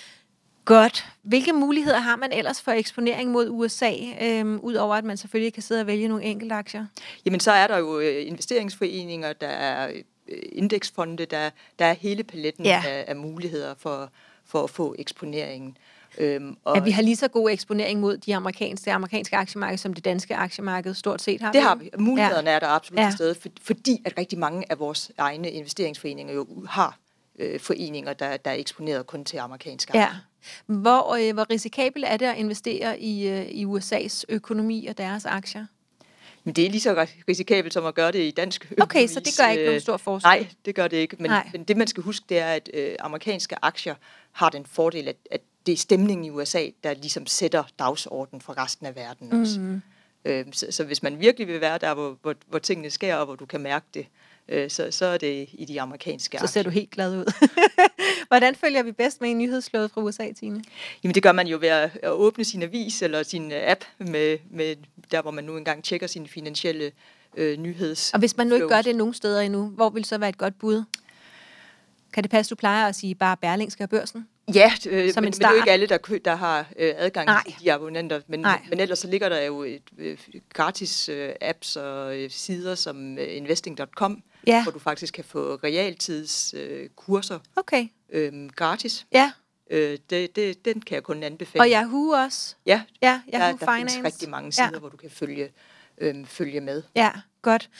godt. Hvilke muligheder har man ellers for eksponering mod U S A, øhm, udover at man selvfølgelig kan sidde og vælge nogle enkelte aktier? Jamen så er der jo investeringsforeninger, der er indeksfonde, der, der er hele paletten ja. af, af muligheder for, for at få eksponeringen. Øhm, og at vi har lige så god eksponering mod de amerikanske, det amerikanske aktiemarked, som det danske aktiemarked stort set har. Det har vi. Mulighederne ja. er der absolut ja. til stede, for, fordi at rigtig mange af vores egne investeringsforeninger jo har øh, foreninger, der, der er eksponeret kun til amerikanske aktier. Ja. Hvor, øh, hvor risikabelt er det at investere i, øh, i U S A's økonomi og deres aktier? Men det er lige så risikabelt som at gøre det i dansk økonomi. Okay, så det gør ikke nogen stor forskel? Nej, det gør det ikke. Men, men det, man skal huske, det er, at øh, amerikanske aktier har den fordel, at, at det er stemningen i U S A, der ligesom sætter dagsordenen for resten af verden også. Mm. Øh, så, så hvis man virkelig vil være der, hvor, hvor, hvor tingene sker, og hvor du kan mærke det, øh, så, så er det i de amerikanske aktier. Så ser du helt glad ud. Hvordan følger vi bedst med i nyhedsflowet fra U S A, Tine? Jamen det gør man jo ved at, at åbne sin avis eller sin app, med, med der hvor man nu engang tjekker sine finansielle øh, nyheds. Og hvis man nu ikke gør det nogen steder endnu, hvor vil så være et godt bud? Kan det passe, du plejer at sige bare Berlingske og Børsen? Ja, øh, men, men det er jo ikke alle, der, kø, der har øh, adgang Nej. til de abonnenter. Men, men ellers så ligger der jo et, øh, gratis øh, apps og øh, sider som øh, investing punktum com, ja. hvor du faktisk kan få realtids øh, kurser okay. øh, gratis. Ja. Øh, det, det, den kan jeg kun anbefale. Og Yahoo også? Ja, ja Yahoo der, der Finance. findes rigtig mange sider, ja. hvor du kan følge, øh, følge med. Ja, godt.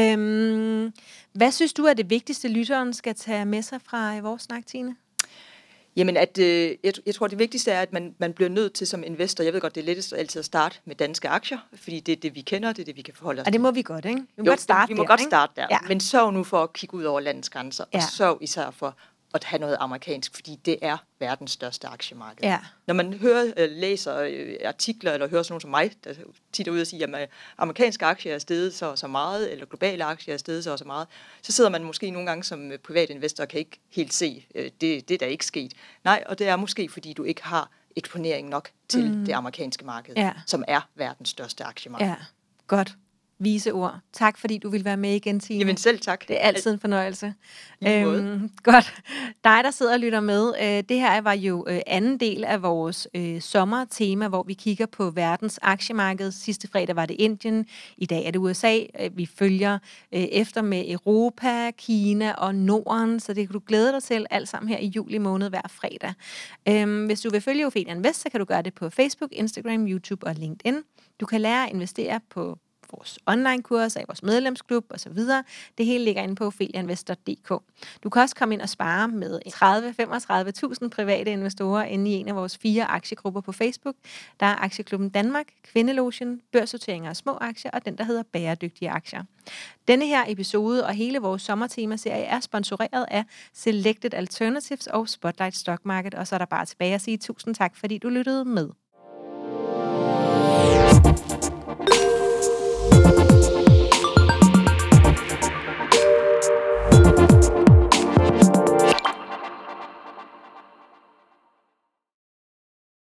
Øhm, hvad synes du er det vigtigste, lytteren skal tage med sig fra vores snak, Tine? Jamen, at, øh, jeg, jeg tror, det vigtigste er, at man, man bliver nødt til som investor, jeg ved godt, det er lettest altid at starte med danske aktier, fordi det er det, vi kender, det er det, vi kan forholde os til. Og det må vi godt, ikke? Vi må jo, godt starte vi må der, godt ikke? starte der, ja. men sørg nu for at kigge ud over landets grænser, ja. og sørg især for at have noget amerikansk, fordi det er verdens største aktiemarked. Ja. Når man hører, øh, læser øh, artikler, eller hører sådan nogen som mig, der tit er ude og sige, at amerikanske aktier er steget så og så meget, eller globale aktier er steget så og så meget, så sidder man måske nogle gange som privatinvestor og kan ikke helt se, øh, det, det er der ikke sket. Nej, og det er måske, fordi du ikke har eksponering nok til mm. det amerikanske marked, ja. som er verdens største aktiemarked. Ja, godt. Vise ord. Tak, fordi du vil være med igen, Tine. Jamen selv tak. Det er altid en fornøjelse. Øhm, godt. Dig, der sidder og lytter med. Øh, det her var jo øh, anden del af vores øh, sommertema, hvor vi kigger på verdens aktiemarked. Sidste fredag var det Indien. I dag er det U S A. Vi følger øh, efter med Europa, Kina og Norden, så det kan du glæde dig til alt sammen her i juli måned hver fredag. Øh, hvis du vil følge Ophelia Invest, så kan du gøre det på Facebook, Instagram, YouTube og LinkedIn. Du kan lære at investere på vores online-kurser, i vores medlemsklub osv. Det hele ligger inde på ophelia invest punktum d k. Du kan også komme ind og spare med tredive til femogtredive tusind private investorer inde i en af vores fire aktiegrupper på Facebook. Der er Aktieklubben Danmark, Kvindelogen, Børssorteringer af små aktier og den, der hedder Bæredygtige aktier. Denne her episode og hele vores sommertema-serie er sponsoreret af Selected Alternatives og Spotlight Stock Market, og så er der bare tilbage at sige tusind tak, fordi du lyttede med.